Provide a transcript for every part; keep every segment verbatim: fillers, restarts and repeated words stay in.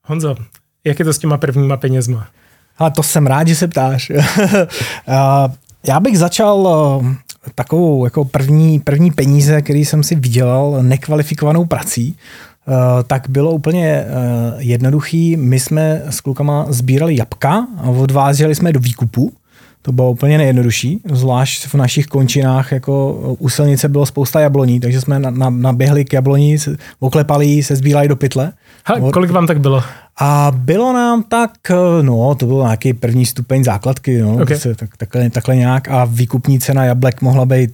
Honzo, jak je to s těma prvníma penězma? Ale to jsem rád, že se ptáš. Já bych začal takovou jako první, první peníze, který jsem si vydělal nekvalifikovanou prací, tak bylo úplně jednoduchý. My jsme s klukama sbírali jabka a odváželi jsme je do výkupu. To bylo úplně nejjednodušší, zvlášť v našich končinách, jako u silnice bylo spousta jabloní, takže jsme na, na, naběhli k jabloní, oklepali, se sbírali do pytle. Ha, kolik vám tak bylo? A bylo nám tak, no, to byl nějaký první stupeň základky, no, okay. se, tak, takhle, takhle nějak a výkupní cena jablek mohla být,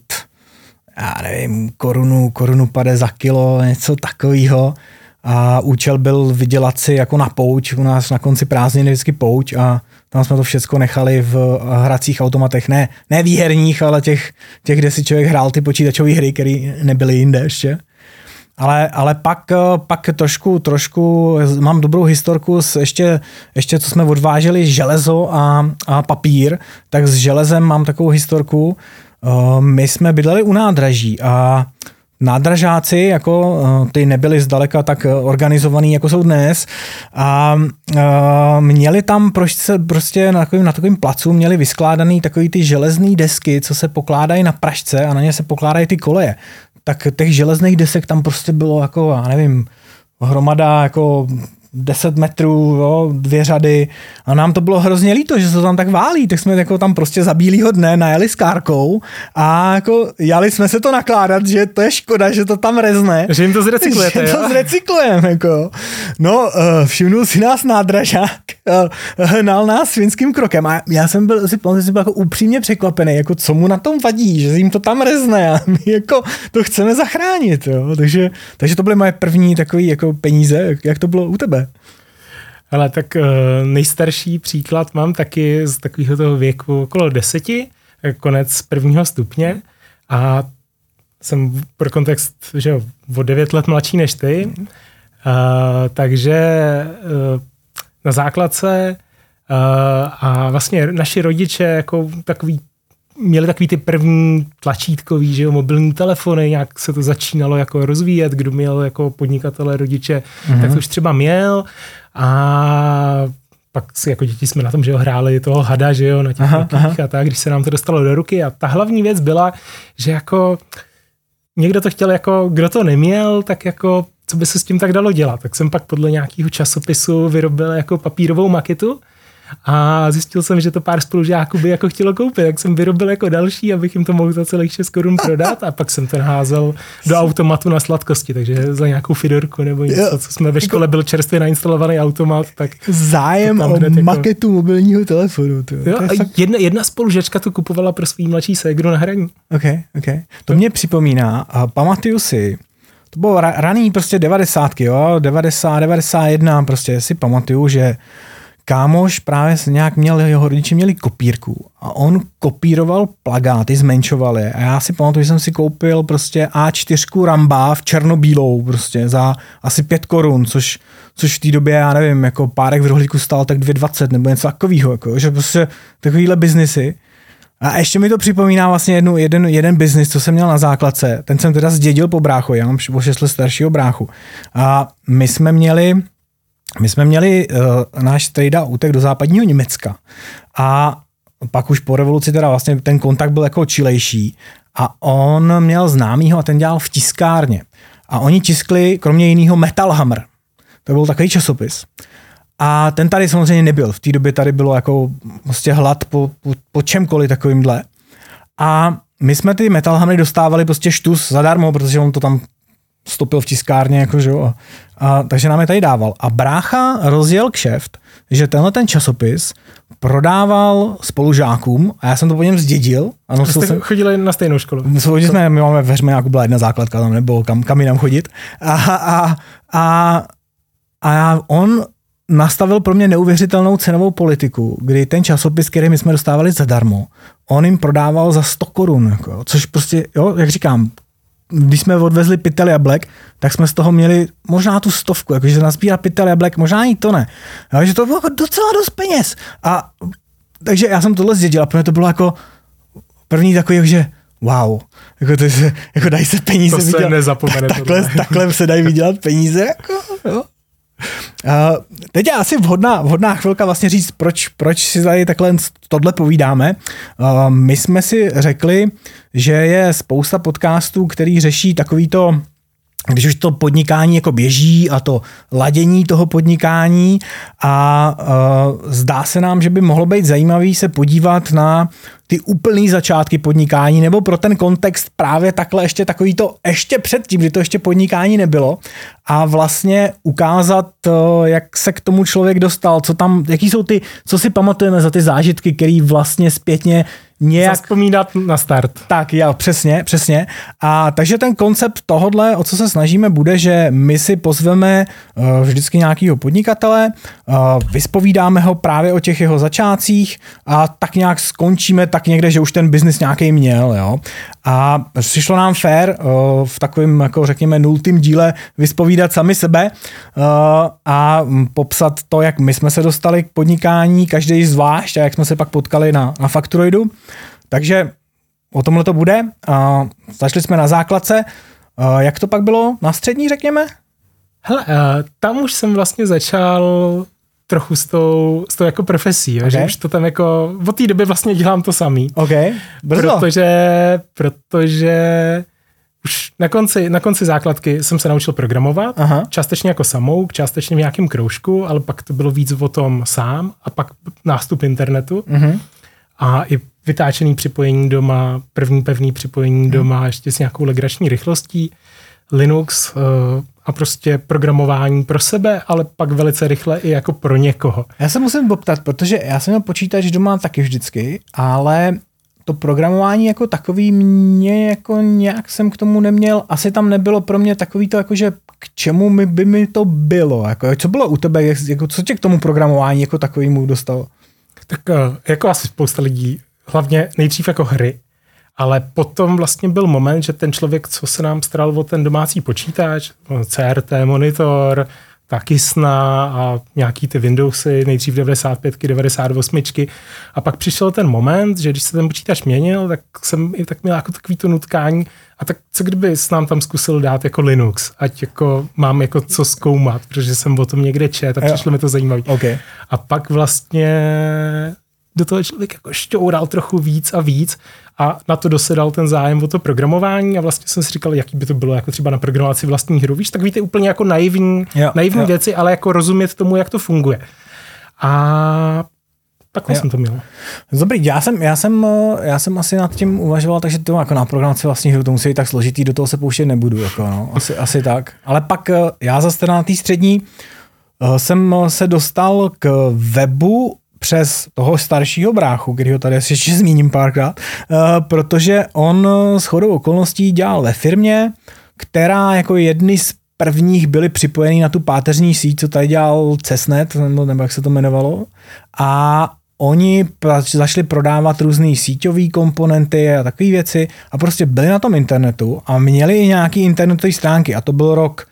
já nevím, korunu, korunu pade za kilo, něco takového. A účel byl vydělat si jako na pouč, u nás na konci prázdniny vždycky pouč a tam jsme to všecko nechali v hracích automatech, ne, ne výherních, ale těch, těch, kde si člověk hrál ty počítačové hry, které nebyly jinde ještě. Ale, ale pak, pak trošku, trošku mám dobrou historku s ještě, ještě co jsme odváželi železo a, a papír, tak s železem mám takovou historku. My jsme bydleli u nádraží a nádražáci, jako ty nebyli zdaleka tak organizovaný, jako jsou dnes a, a měli tam prostě, prostě na takovým, na takovým placu měli vyskládaný takový ty železný desky, co se pokládají na pražce a na ně se pokládají ty koleje. Tak těch železných desek tam prostě bylo jako, já nevím, hromada jako deset metrů, jo, dvě řady a nám to bylo hrozně líto, že se to tam tak válí, tak jsme jako tam prostě za bílýho dne najeli s kárkou a jako jali jsme se to nakládat, že to je škoda, že to tam rezne. Že jim to zrecyklujete, že jo? to zrecyklujeme, jako. No, uh, všimnul si nás nádražák, uh, hnal nás svinským krokem a já jsem byl, si, si byl jako upřímně překvapený, jako co mu na tom vadí, že jim to tam rezne a my jako to chceme zachránit, jo. Takže, takže to byly moje první takové jako peníze, jak to bylo u tebe? Ale tak nejstarší příklad mám taky z takového toho věku okolo deseti, konec prvního stupně a jsem pro kontext, že o devět let mladší než ty, mm. a, takže na základce a, a vlastně naši rodiče jako takový měli takový ty první tlačítkový, že jo, mobilní telefony, nějak se to začínalo jako rozvíjet, kdo měl jako podnikatele, rodiče, mm-hmm. tak to už třeba měl a pak si jako děti jsme na tom, že jo, hráli toho hada, že jo, na těch velkých a tak, když se nám to dostalo do ruky a ta hlavní věc byla, že jako někdo to chtěl jako, kdo to neměl, tak jako co by se s tím tak dalo dělat, tak jsem pak podle nějakého časopisu vyrobil jako papírovou maketu a zjistil jsem, že to pár spolužáků by jako chtělo koupit, tak jsem vyrobil jako další, abych jim to mohl za celých šest korun prodat a pak jsem ten házel do automatu na sladkosti, takže za nějakou fidorku nebo něco, co jsme ve škole byl čerstvě nainstalovaný automat, tak zájem o jako maketu mobilního telefonu. To, jo, to a fakt... jedna, jedna spolužačka to kupovala pro svý mladší ségru na hraní. Ok, ok. To mě připomíná a pamatuju si, to bylo ra, raný prostě devadesátky, jo, devadesát, devadesát jedna, prostě si pamatuju, že kámoš právě nějak měl, jeho rodiče měli kopírku a on kopíroval plagáty, zmenšoval je a já si pamatuju, že jsem si koupil prostě á čtyři Ramba v černobílou prostě za asi pět korun, což, což v té době, já nevím, jako párek v rohlíku stál tak dvě dvacet nebo něco takového, jako, že prostě takovýhle biznisy. A ještě mi to připomíná vlastně jednu, jeden, jeden biznis, co jsem měl na základce, ten jsem teda zdědil po bráchovi, já mám o šest let staršího bráchu a my jsme měli My jsme měli uh, náš strejda útek do západního Německa a pak už po revoluci teda vlastně ten kontakt byl jako čilejší a on měl známýho a ten dělal v tiskárně a oni tiskli kromě jiného Metal Hammer. To byl takový časopis. A ten tady samozřejmě nebyl. V té době tady bylo jako prostě hlad po, po, po čemkoliv takovýmhle. A my jsme ty Metal Hammery dostávali prostě štus zadarmo, protože on to tam stopil v tiskárně, jakože jo. A, takže nám je tady dával. A brácha rozjel kšeft, že tenhle ten časopis prodával spolužákům a já jsem to po něm zdědil. A nosil jste jsem, chodili na stejnou školu? Chodili jsme, my máme ve Hřmenáku byla jedna základka, tam nebylo kam, kam jinam chodit. A, a, a, a on nastavil pro mě neuvěřitelnou cenovou politiku, kdy ten časopis, který my jsme dostávali zadarmo, on jim prodával za sto korun, jako, což prostě, jo, jak říkám, když jsme odvezli pytel jablek, tak jsme z toho měli možná tu stovku, jakože se nazbírá pytel jablek, možná ani to ne. Jo, že to bylo jako docela dost peněz. A takže já jsem tohle zdědil a pro mě to bylo jako první takový, že wow, jako, to se, jako dají se peníze to vydělat. Se nezapomene. Tak, takhle, takhle se dají vydělat peníze, jako, jo. teď je asi vhodná, vhodná chvilka vlastně říct, proč, proč si tady takhle tohle povídáme. Uh, my jsme si řekli, že je spousta podcastů, který řeší takovýto, když už to podnikání jako běží a to ladění toho podnikání a uh, zdá se nám, že by mohlo být zajímavý se podívat na ty úplný začátky podnikání nebo pro ten kontext právě takhle ještě takový to ještě předtím, kdy to ještě podnikání nebylo a vlastně ukázat, jak se k tomu člověk dostal, co tam, jaký jsou ty, co si pamatujeme za ty zážitky, který vlastně zpětně nějak... Zavzpomínat na start. Tak, jo, přesně, přesně. A takže ten koncept tohodle, o co se snažíme, bude, že my si pozveme uh, vždycky nějakýho podnikatele, uh, vyspovídáme ho právě o těch jeho začátcích a tak nějak skončíme tak někde, že už ten biznis nějaký měl, jo. A přišlo nám fér uh, v takovém, jako řekněme, nultým díle vyspovídat sami sebe uh, a popsat to, jak my jsme se dostali k podnikání, každý zvlášť a jak jsme se pak potkali na, na Fakturoidu. Takže o tomhle to bude. Uh, začali jsme na základce. Uh, jak to pak bylo na střední, řekněme? Hele, uh, tam už jsem vlastně začal trochu s tou, s tou jako profesí, okay. Že už to tam jako, od té doby vlastně dělám to samý. Okay. Protože, protože už na konci, na konci základky jsem se naučil programovat, aha. Částečně jako samouk, částečně v nějakém kroužku, ale pak to bylo víc o tom sám a pak nástup internetu uh-huh. a i vytáčený připojení doma, první pevný připojení uh-huh. doma, ještě s nějakou legrační rychlostí, Linux uh, a prostě programování pro sebe, ale pak velice rychle i jako pro někoho. Já se musím poptat, protože já jsem měl počítač doma taky vždycky, ale to programování jako takový mě jako nějak jsem k tomu neměl, asi tam nebylo pro mě takový to jako, že k čemu mi, by mi to bylo, jako, co bylo u tebe, jako, co tě k tomu programování jako takovýmu dostalo? Tak jako asi spousta lidí, hlavně nejdřív jako hry, ale potom vlastně byl moment, že ten člověk, co se nám staral o ten domácí počítač, C R T monitor, taky sna a nějaký ty Windowsy, nejdřív devadesát pět, devadesát osm a pak přišel ten moment, že když se ten počítač měnil, tak jsem i tak měl jako takový to nutkání a tak co kdyby s nám tam zkusil dát jako Linux, ať jako mám jako co zkoumat, protože jsem o tom někde čet a přišlo mi to zajímavé. Okay. A pak vlastně do toho člověk jako šťoural trochu víc a víc a na to dosedal ten zájem o to programování a vlastně jsem si říkal, jaký by to bylo jako třeba na programovaci vlastní hru, víš, takový ty úplně jako naivní, jo, naivní jo. věci, ale jako rozumět tomu, jak to funguje. A takhle jo. jsem to měl. Dobrý, já jsem, já jsem, já jsem asi nad tím uvažoval, takže to jako na programaci vlastní hru to musí být tak složitý, do toho se pouštět nebudu, jako no, asi, asi tak. Ale pak já zase teda na té střední jsem se dostal k webu přes toho staršího bráchu, kterýho tady asi ještě zmíním párkrát, uh, protože on shodou okolností dělal ve firmě, která jako jedny z prvních byly připojený na tu páteřní síť, co tady dělal Cesnet, nebo, nebo jak se to jmenovalo, a oni začali prodávat různý síťové komponenty a takové věci a prostě byli na tom internetu a měli i nějaký internetové stránky a to byl rok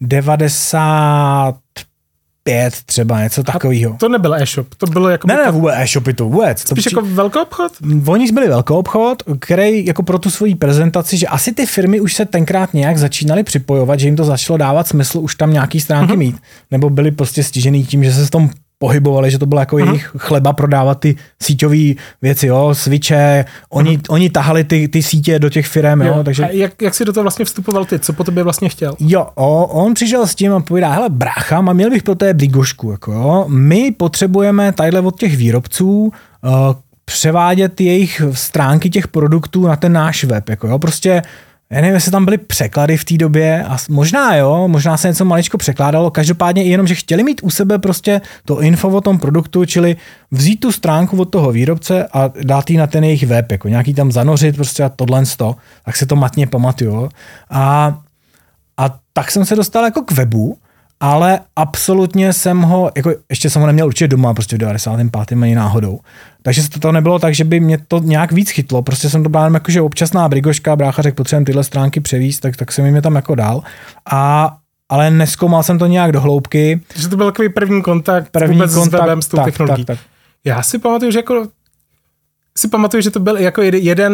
devadesát pět třeba, něco takového. To nebyl e-shop, to bylo jako... Ne, ne, vůbec e-shopy to vůbec. Spíš to, jako velký obchod? Oni byli velký obchod, který jako pro tu svoji prezentaci, že asi ty firmy už se tenkrát nějak začínaly připojovat, že jim to začalo dávat smysl už tam nějaký stránky uh-huh. mít. Nebo byli prostě stižený tím, že se s tom pohybovali, že to bylo jako uh-huh. jejich chleba prodávat ty síťové věci, jo, switche, oni, uh-huh. oni tahali ty, ty sítě do těch firem, jo, jo takže... A jak, jak jsi do toho vlastně vstupoval ty? Co po tobě vlastně chtěl? Jo, o, on přišel s tím a povídá, hele brácha, a měl bych pro té brigošku, jako jo, my potřebujeme tadyhle od těch výrobců uh, převádět jejich stránky těch produktů na ten náš web, jako jo, prostě já nevím, jestli tam byly překlady v té době a možná jo, možná se něco maličko překládalo, každopádně i jenom, že chtěli mít u sebe prostě to info o tom produktu, čili vzít tu stránku od toho výrobce a dát ji na ten jejich web, jako nějaký tam zanořit prostě a tohle sto, tak se to matně pamatuju. A, a tak jsem se dostal jako k webu, ale absolutně jsem ho, jako ještě jsem ho neměl určitě doma, prostě v devadesátém pátém ani náhodou. Takže to nebylo tak, že by mě to nějak víc chytlo, prostě jsem to byl jako, že občasná brigoška, brácha řekl, potřebujeme tyhle stránky převíst, tak, tak jsem jim je tam jako dal. A, ale nezkoumal jsem to nějak do hloubky. Takže to byl takový první kontakt první vůbec kontakt, s webem, s tou tak, technologií. Tak, tak. Já si pamatuju, že jako si pamatuju, že to byl jako jeden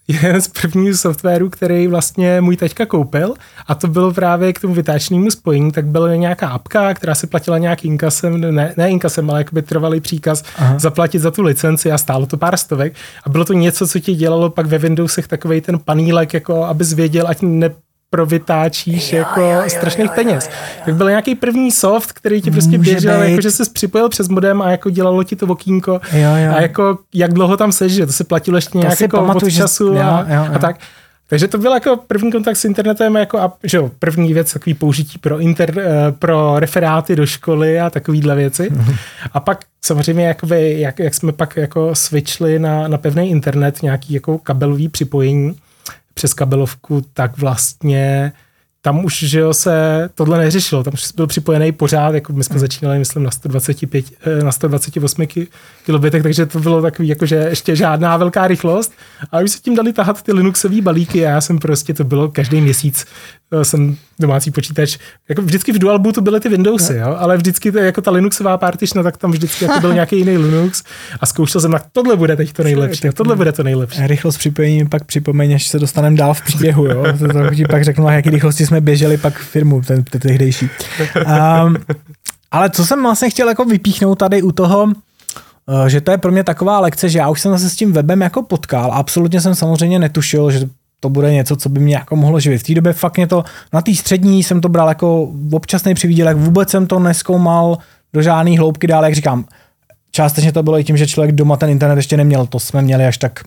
jeden z prvních softwarů, který vlastně můj taťka koupil a to bylo právě k tomu vytáčnému spojení, tak byla nějaká apka, která se platila nějak inkasem, ne, ne inkasem, ale jakoby trvalý příkaz Aha. zaplatit za tu licenci a stálo to pár stovek a bylo to něco, co ti dělalo pak ve Windowsech takovej ten panílek, jako abys věděl, ať ne pro vytáčíš jo, jako jo, jo, strašných jo, peněz. Jo, jo, jo. Tak byl nějaký první soft, který ti prostě Může běžel, jako že ses připojil přes modem a jako dělalo ti to okýnko jo, jo. a jako jak dlouho tam seš, že to se platilo ještě nějak jako od času že... a, jo, jo, jo. a tak. Takže to byl jako první kontakt s internetem, jako a, že jo, první věc, takový použití pro, inter, pro referáty do školy a takovýhle věci. Mm. A pak samozřejmě, jakoby, jak, jak jsme pak jako switchli na, na pevný internet, nějaký jako kabelový připojení, přes kabelovku, tak vlastně tam už, že jo, se tohle neřešilo. Tam už byl připojený pořád, jako my jsme začínali, myslím, na sto dvacet pět, na sto dvacet osm kilobitech, takže to bylo takový, jakože ještě žádná velká rychlost. A už se tím dali tahat ty Linuxové balíky a já jsem prostě, to bylo každý měsíc, jsem domácí počítač, jako vždycky v dual bootu byly ty Windowsy, jo, ale vždycky to, jako ta Linuxová partition, tak tam vždycky jako byl nějaký jiný Linux a zkoušel jsem, tak tohle bude teď to nejlepší, tohle bude to nejlepší. Rychlost připojení pak připomeň, až se dostaneme dál v příběhu, jo. To, to ti pak řeknu, jaký rychlosti jsme běželi pak firmu, ten, ten tehdejší. Um, ale co jsem vlastně chtěl jako vypíchnout tady u toho, že to je pro mě taková lekce, že já už jsem se s tím webem jako potkal a absolutně jsem samozřejmě netušil, že to bude něco, co by mě jako mohlo živit. V té době fakt mě to, na té střední jsem to bral jako občasný přivídělek, vůbec jsem to nezkoumal do žádný hloubky dál, jak říkám. Částečně to bylo i tím, že člověk doma ten internet ještě neměl, to jsme měli až tak,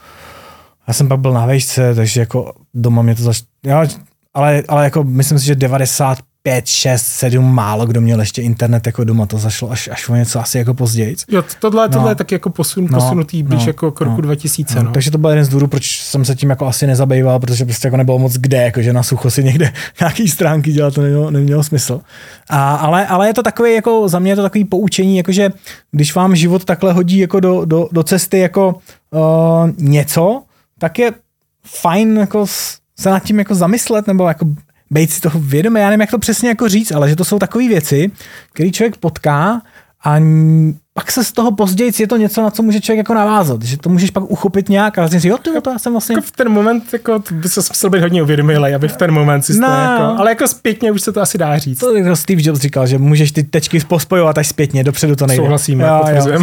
já jsem pak byl na vejšce, takže jako doma mě to zač... Já, ale, ale jako myslím si, že devadesát pět, šest, sedm málo kdo měl ještě internet jako doma, to zašlo až, až o něco asi jako později. Jo, tohle, tohle no, je tak jako posun, no, posunutý blíž no, jako k roku no, dva tisíce. No. No. Takže to byl jeden z důvodů, proč jsem se tím jako asi nezabýval, protože prostě jako nebylo moc kde, jakože na sucho si někde nějaký stránky dělat, to nemělo, nemělo smysl. A, ale, ale je to takový, jako za mě je to takový poučení, jakože když vám život takhle hodí jako do, do, do cesty jako uh, něco, tak je fajn jako se nad tím jako zamyslet, nebo jako bejt si toho vědomý, já nevím, jak to přesně jako říct, ale že to jsou takové věci, které člověk potká a pak se z toho později je to něco, na co může člověk jako navázat, že to můžeš pak uchopit nějak a říct, jo, tyjo, to já jsem vlastně... Jako v ten moment, jako, to by se musel být hodně uvědomilej, aby v ten moment si no. to jako, ale jako zpětně už se to asi dá říct. To jako Steve Jobs říkal, že můžeš ty tečky pospojovat až zpětně, dopředu to nejde. Souhlasíme, potvrzujeme.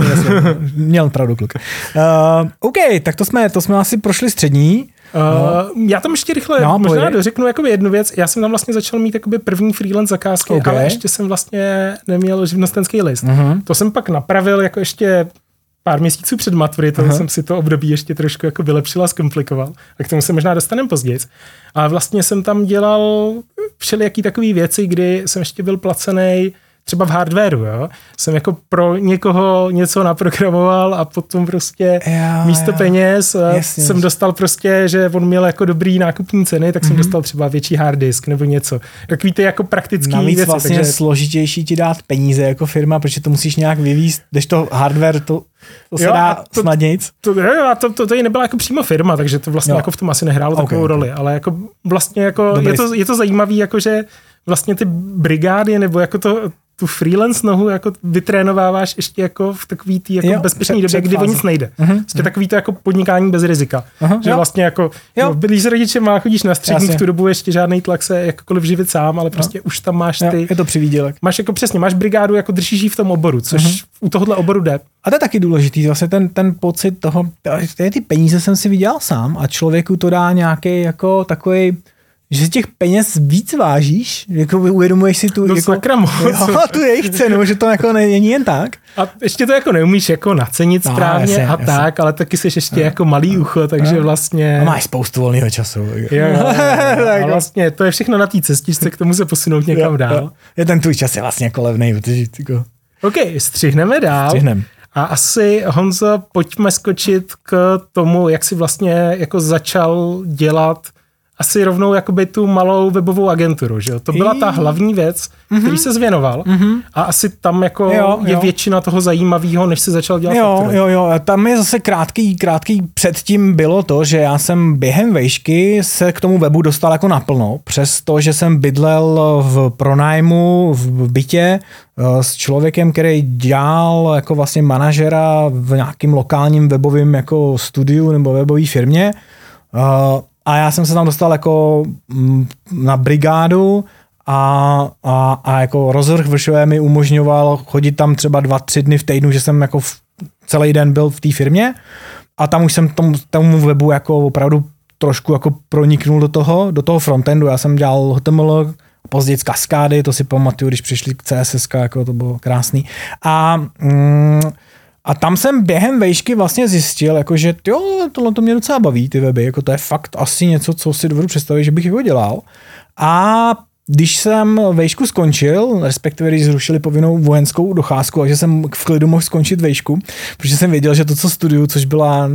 Měl pravdu, kluk. Uh, OK, tak to jsme, to jsme asi prošli střední. Uh, já tam ještě rychle no, možná pojde. dořeknu jakoby jednu věc. Já jsem tam vlastně začal mít jakoby první freelance zakázky, okay. ale ještě jsem vlastně neměl živnostenský list. Uh-huh. To jsem pak napravil jako ještě pár měsíců před maturitou, uh-huh. jsem si to období ještě trošku jako vylepšil a zkomplikoval. A k tomu se možná dostaneme později. A vlastně jsem tam dělal všelijaký takový věci, kdy jsem ještě byl placený třeba v hardwareu, jo. Jsem jako pro někoho něco naprogramoval a potom prostě jo, místo jo. peněz Jasně. jsem dostal prostě, že on měl jako dobrý nákupní ceny, tak mm-hmm. jsem dostal třeba větší hard disk nebo něco. Jak víte, jako praktický Navíc věci. vlastně takže... složitější ti dát peníze jako firma, protože to musíš nějak vyvízt, když to hardware, to, to se jo, dá to, snadnějc. To, to, to, to, to i nebyla jako přímo firma, takže to vlastně jo. jako v tom asi nehrálo okay, takovou okay. roli, ale jako vlastně jako je to, je to zajímavý, jako že vlastně ty brigády nebo jako to tu freelance nohu jako vytrénováváš ještě jako v takový tý jako bezpečný době, kdy o nic nejde. Uh-huh. Prostě takový to jako podnikání bez rizika. Uh-huh. Že jo. vlastně jako jo. bydlíš s rodičem a chodíš na střední, Jasně. v tu dobu ještě žádný tlak se jakkoliv živit sám, ale prostě jo. už tam máš ty... Jo. Je to přivídělek. Máš jako přesně, máš brigádu, jako držíš ji v tom oboru, což uh-huh. u tohohle oboru jde. A to je taky důležitý, vlastně ten, ten pocit toho, ty peníze jsem si vydělal sám a člověku to dá nějaký jako takový, že z těch peněz víc vážíš, jako uvědomuješ si tu, no jako, jo, tu jejich cenu, že to jako není jen tak. A ještě to jako neumíš jako nacenit no, správně jasně, a jasně. tak, ale taky jsi ještě no, jako malý ucho, takže no. vlastně... A máš spoustu volného času. Jo, jo, jo, jo. A vlastně to je všechno na té cestičce, k tomu se posunout někam jo, dál. Jo. Je ten tvůj čas je vlastně jako levnej, protože... Jako... OK, střihneme dál. Střihnem. A asi, Honzo, pojďme skočit k tomu, jak jsi vlastně jako začal dělat asi rovnou jakoby tu malou webovou agenturu, že jo? To byla ta hlavní věc, mm-hmm. který se zvěnoval mm-hmm. a asi tam jako jo, je jo. většina toho zajímavého, než se začal dělat jo, faktory. Jo, jo, tam je zase krátký, krátký předtím bylo to, že já jsem během vejšky se k tomu webu dostal jako naplno, přes to, že jsem bydlel v pronájmu v bytě s člověkem, který dělal jako vlastně manažera v nějakým lokálním webovém jako studiu nebo webové firmě. Uh, a já jsem se tam dostal jako m, na brigádu a, a, a jako rozvrh vršové mi umožňoval chodit tam třeba dva, tři dny v týdnu, že jsem jako v, celý den byl v té firmě a tam už jsem tomu, tomu webu jako opravdu trošku jako proniknul do toho, do toho frontendu. Já jsem dělal H T M L, později kaskády, to si pamatuju, když přišli k C S S, jako to bylo krásný. A, mm, a tam jsem během vejšky vlastně zjistil, jako, že jo, tohle to mě docela baví, ty weby, jako to je fakt asi něco, co si dovedu představit, že bych jako dělal. A když jsem vejšku skončil, respektive když zrušili povinnou vojenskou docházku, takže jsem v klidu mohl skončit vejšku, protože jsem věděl, že to, co studuju, což byla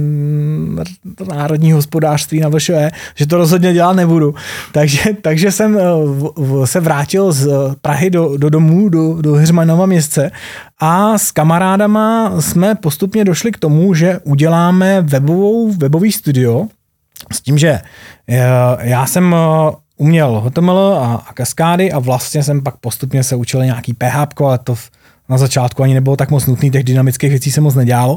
národní hospodářství na V Š E, že to rozhodně dělat nebudu. Takže, takže jsem se vrátil z Prahy do, do domů, do, do Heřmanova Městce a s kamarádama jsme postupně došli k tomu, že uděláme webovou, webový studio s tím, že já jsem uměl H T M L a, a kaskády a vlastně jsem pak postupně se učil nějaký P H P, ale to v, na začátku ani nebylo tak moc nutný, těch dynamických věcí se moc nedělalo.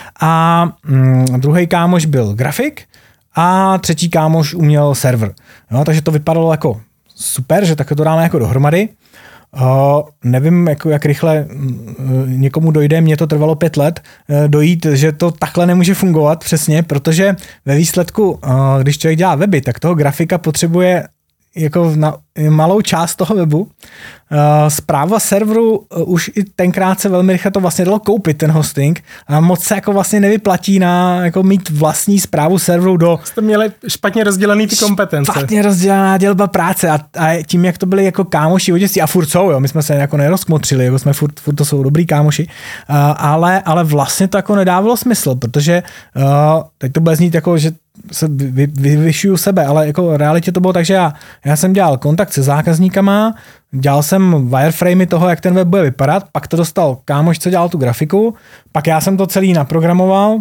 A mm, druhý kámoš byl grafik a třetí kámoš uměl server. Jo, takže to vypadalo jako super, že takhle to dáme jako dohromady. Uh, nevím, jako, jak rychle uh, někomu dojde, mně to trvalo pět let uh, dojít, že to takhle nemůže fungovat přesně, protože ve výsledku, uh, když člověk dělá weby, tak toho grafika potřebuje jako na malou část toho webu. Uh, správa serveru uh, už i tenkrát se velmi rychle to vlastně dalo koupit, ten hosting, a moc se jako vlastně nevyplatí na jako mít vlastní správu serveru do... Jste měli špatně rozdělený ty kompetence. Špatně rozdělená dělba práce a, a tím, jak to byli jako kámoši od dětství, a furt jsou, jo, my jsme se jako nerozkmotřili, jako jsme furt, furt to jsou dobrý kámoši, uh, ale, ale vlastně to jako nedávalo smysl, protože uh, teď to bude znít jako, že se vy, vyvyšuju sebe, ale jako v realitě to bylo tak, že já, já jsem dělal kontakt se zákazníkama, dělal jsem wireframey toho, jak ten web bude vypadat, pak to dostal kámoš, co dělal tu grafiku, pak já jsem to celý naprogramoval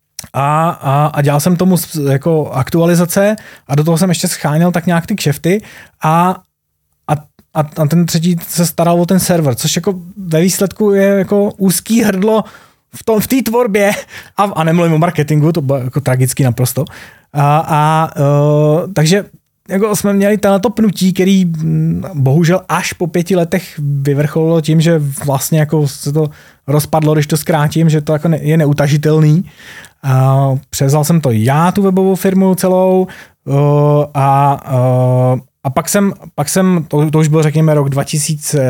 a, a, a dělal jsem tomu jako aktualizace a do toho jsem ještě scháněl tak nějak ty kšefty a, a, a, a ten třetí se staral o ten server, což jako ve výsledku je jako úzký hrdlo v tom, v té tvorbě a, a nemluvím o marketingu, to bylo jako tragicky naprosto. A, a uh, takže jako jsme měli tohleto pnutí, který bohužel až po pěti letech vyvrcholilo tím, že vlastně jako se to rozpadlo, když to zkrátím, že to jako ne, je neutažitelný. A převzal jsem to já, tu webovou firmu celou uh, a, uh, a pak jsem, pak jsem to, to už byl řekněme rok dva tisíce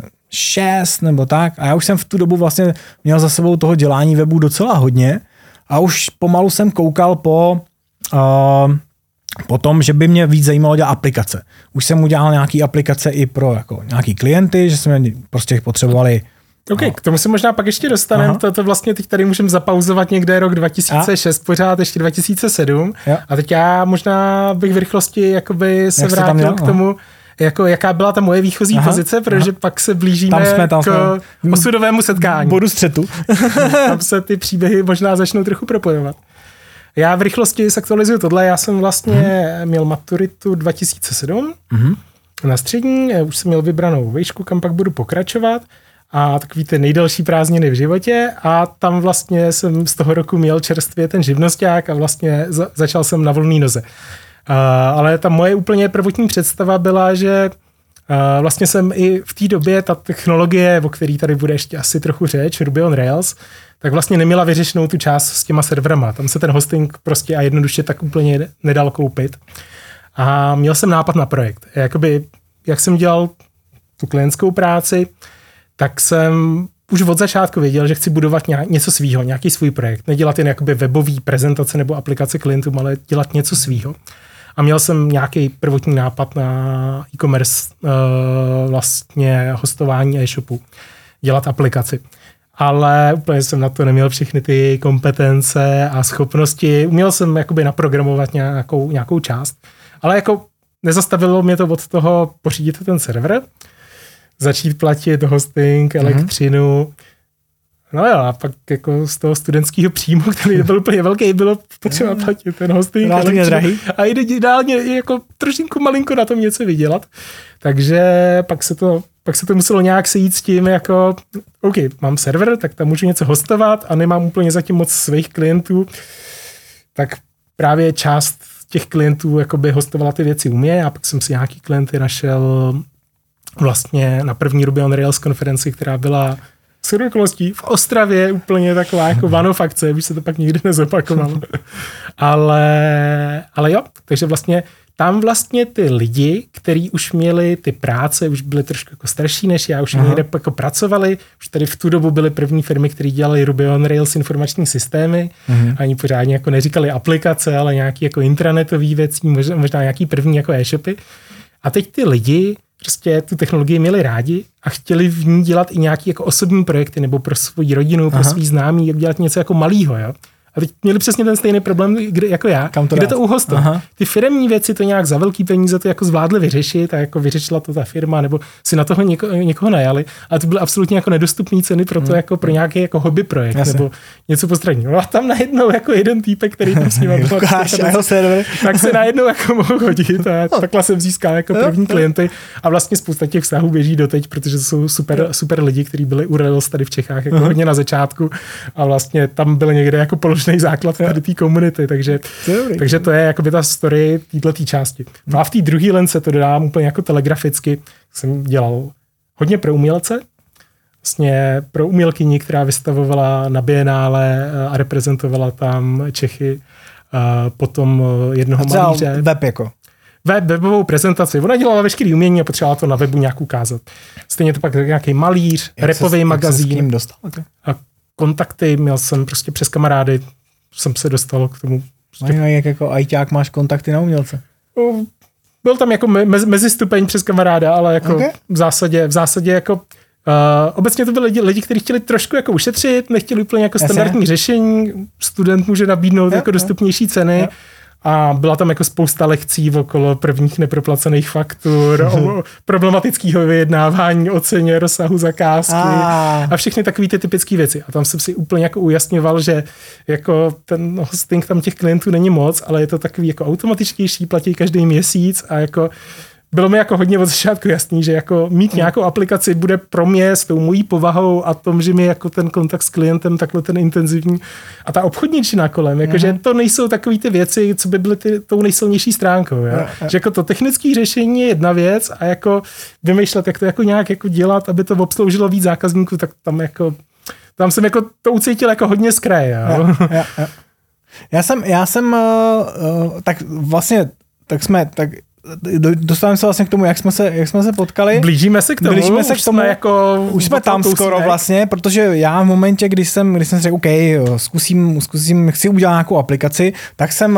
šest nebo tak a já už jsem v tu dobu vlastně měl za sebou toho dělání webu docela hodně a už pomalu jsem koukal po uh, po tom, že by mě víc zajímalo dělat aplikace. Už jsem udělal nějaký aplikace i pro jako nějaký klienty, že jsme prostě potřebovali. OK, no. K tomu se možná pak ještě dostaneme. To, to vlastně teď tady můžeme zapauzovat někde rok dva tisíce šest, a? Pořád ještě dva tisíce sedm. Jo. A teď já možná bych v rychlosti jakoby se Jak vrátil k tomu, aha. jako jaká byla ta moje výchozí aha, pozice, protože aha. pak se blížíme tam jsme, tam k jsme. osudovému setkání. Bodu střetu. Tam se ty příběhy možná začnou trochu propojovat. Já v rychlosti zaktualizuju tohle. Já jsem vlastně hmm. měl maturitu dva tisíce sedm hmm. na střední, už jsem měl vybranou vejšku, kam pak budu pokračovat a takový ty nejdelší prázdniny v životě a tam vlastně jsem z toho roku měl čerstvě ten živnosťák a vlastně za, začal jsem na volné noze. Uh, ale ta moje úplně prvotní představa byla, že uh, vlastně jsem i v té době ta technologie, o který tady bude ještě asi trochu řeč, Ruby on Rails, tak vlastně neměla vyřešenou tu část s těma serverama. Tam se ten hosting prostě a jednoduše tak úplně nedal koupit. A měl jsem nápad na projekt. Jakoby, jak jsem dělal tu klientskou práci, tak jsem už od začátku věděl, že chci budovat nějak, něco svýho, nějaký svůj projekt. Nedělat jen jakoby webový prezentace nebo aplikace klientům, ale dělat něco svýho. A měl jsem nějaký prvotní nápad na e-commerce, uh, vlastně hostování e-shopu, dělat aplikaci. Ale úplně jsem na to neměl všechny ty kompetence a schopnosti. Uměl jsem jakoby naprogramovat nějakou, nějakou část, ale jako nezastavilo mě to od toho pořídit ten server, začít platit hosting, elektřinu. Mm-hmm. No jo, a pak jako z toho studentského příjmu, který byl úplně velký, bylo potřeba platit ten hosting, elektřinu. A ideálně jako trošinku malinko na tom něco vydělat. Takže pak se to Pak se to muselo nějak sejít s tím, jako OK, mám server, tak tam můžu něco hostovat a nemám úplně zatím moc svých klientů, tak právě část těch klientů jakoby hostovala ty věci u mě a pak jsem si nějaký klienty našel vlastně na první Ruby on Rails konferenci, která byla s okolností v Ostravě, úplně taková jako vanofakce, už se to pak nikdy nezopakovalo. ale, ale jo, takže vlastně tam vlastně ty lidi, kteří už měli ty práce, už byli trošku jako starší než já, už někde jako pracovali, už tady v tu dobu byly první firmy, které dělaly Ruby on Rails informační systémy, uh-huh. ani pořádně jako neříkali aplikace, ale nějaký jako intranetový věcí, možná, možná nějaký první jako e-shopy. A teď ty lidi prostě tu technologii měli rádi a chtěli v ní dělat i nějaký jako osobní projekty nebo pro svou rodinu, pro svý známí, jak dělat něco jako malýho, jo. A teď měli přesně ten stejný problém kde, jako já, to kde dát? To uhostit. Ty firemní věci to nějak za velký peníze to jako zvládli vyřešit a jako vyřešila to ta firma, nebo si na toho něko, někoho najali, ale to byly absolutně jako nedostupné ceny pro to hmm. jako pro nějaký jako hobby projekt Jasně. nebo něco postranního. A tam najednou jako jeden týpek, který tam s ním tak se najednou jako mohl hodit a takhle jsem získal jako první klienty a vlastně spousta těch vztahů běží doteď, protože to jsou super, super lidi, kteří byli u Rails tady v Čechách jako hodně na začátku a vlastně tam byl někde jako položný základ tady té komunity, takže, takže to je jakoby ta story této části. No a v té druhé lence to dodám úplně jako telegraficky, jsem dělal hodně pro umělce, vlastně pro umělkyni, která vystavovala na Bienále a reprezentovala tam Čechy, a potom jednoho malíře. Web jako? Web, webovou prezentaci. Ona dělala veškerý umění a potřebovala to na webu nějak ukázat. Stejně to pak nějaký malíř, repový magazín. Jak se s kým dostal? Okay. A kontakty, měl jsem prostě přes kamarády, jsem se dostal k tomu. Prostě. No, jak jako ajťák máš kontakty na umělce? Byl tam jako me, mezistupeň přes kamaráda, ale jako okay. v zásadě, v zásadě jako Uh, obecně to byli lidi, lidi, kteří chtěli trošku jako ušetřit, nechtěli úplně jako standardní Jasně. řešení, student může nabídnout jo, jako jo. dostupnější ceny jo. a byla tam jako spousta lekcí okolo prvních neproplacených faktur, o problematického vyjednávání, o ceně, rozsahu zakázky a, a všechny takové ty typické věci. A tam jsem si úplně jako ujasňoval, že jako ten hosting tam těch klientů není moc, ale je to takový jako automatičtější, platí každý měsíc a jako bylo mi jako hodně od začátku jasný, že jako mít nějakou aplikaci bude pro mě s tou mojí povahou a tom, že mi jako ten kontakt s klientem takhle ten intenzivní a ta obchodničina kolem, jakože to nejsou takové ty věci, co by byly ty, tou nejsilnější stránkou. Jo? Že jako to technické řešení je jedna věc a jako vymýšlet, jak to jako nějak jako dělat, aby to obsloužilo víc zákazníků, tak tam jako tam jsem jako to ucítil jako hodně z kraje. Jo? Ja, ja, ja. Já jsem, já jsem uh, uh, tak vlastně, tak jsme, tak dostáváme se vlastně k tomu, jak jsme se, jak jsme se potkali. Blížíme se k tomu. Blížíme se k tomu. Jsme jako už jsme tam skoro směk. Vlastně, protože já v momentě, když jsem, když jsem si řekl, OK, zkusím, zkusím, chci udělat nějakou aplikaci, tak jsem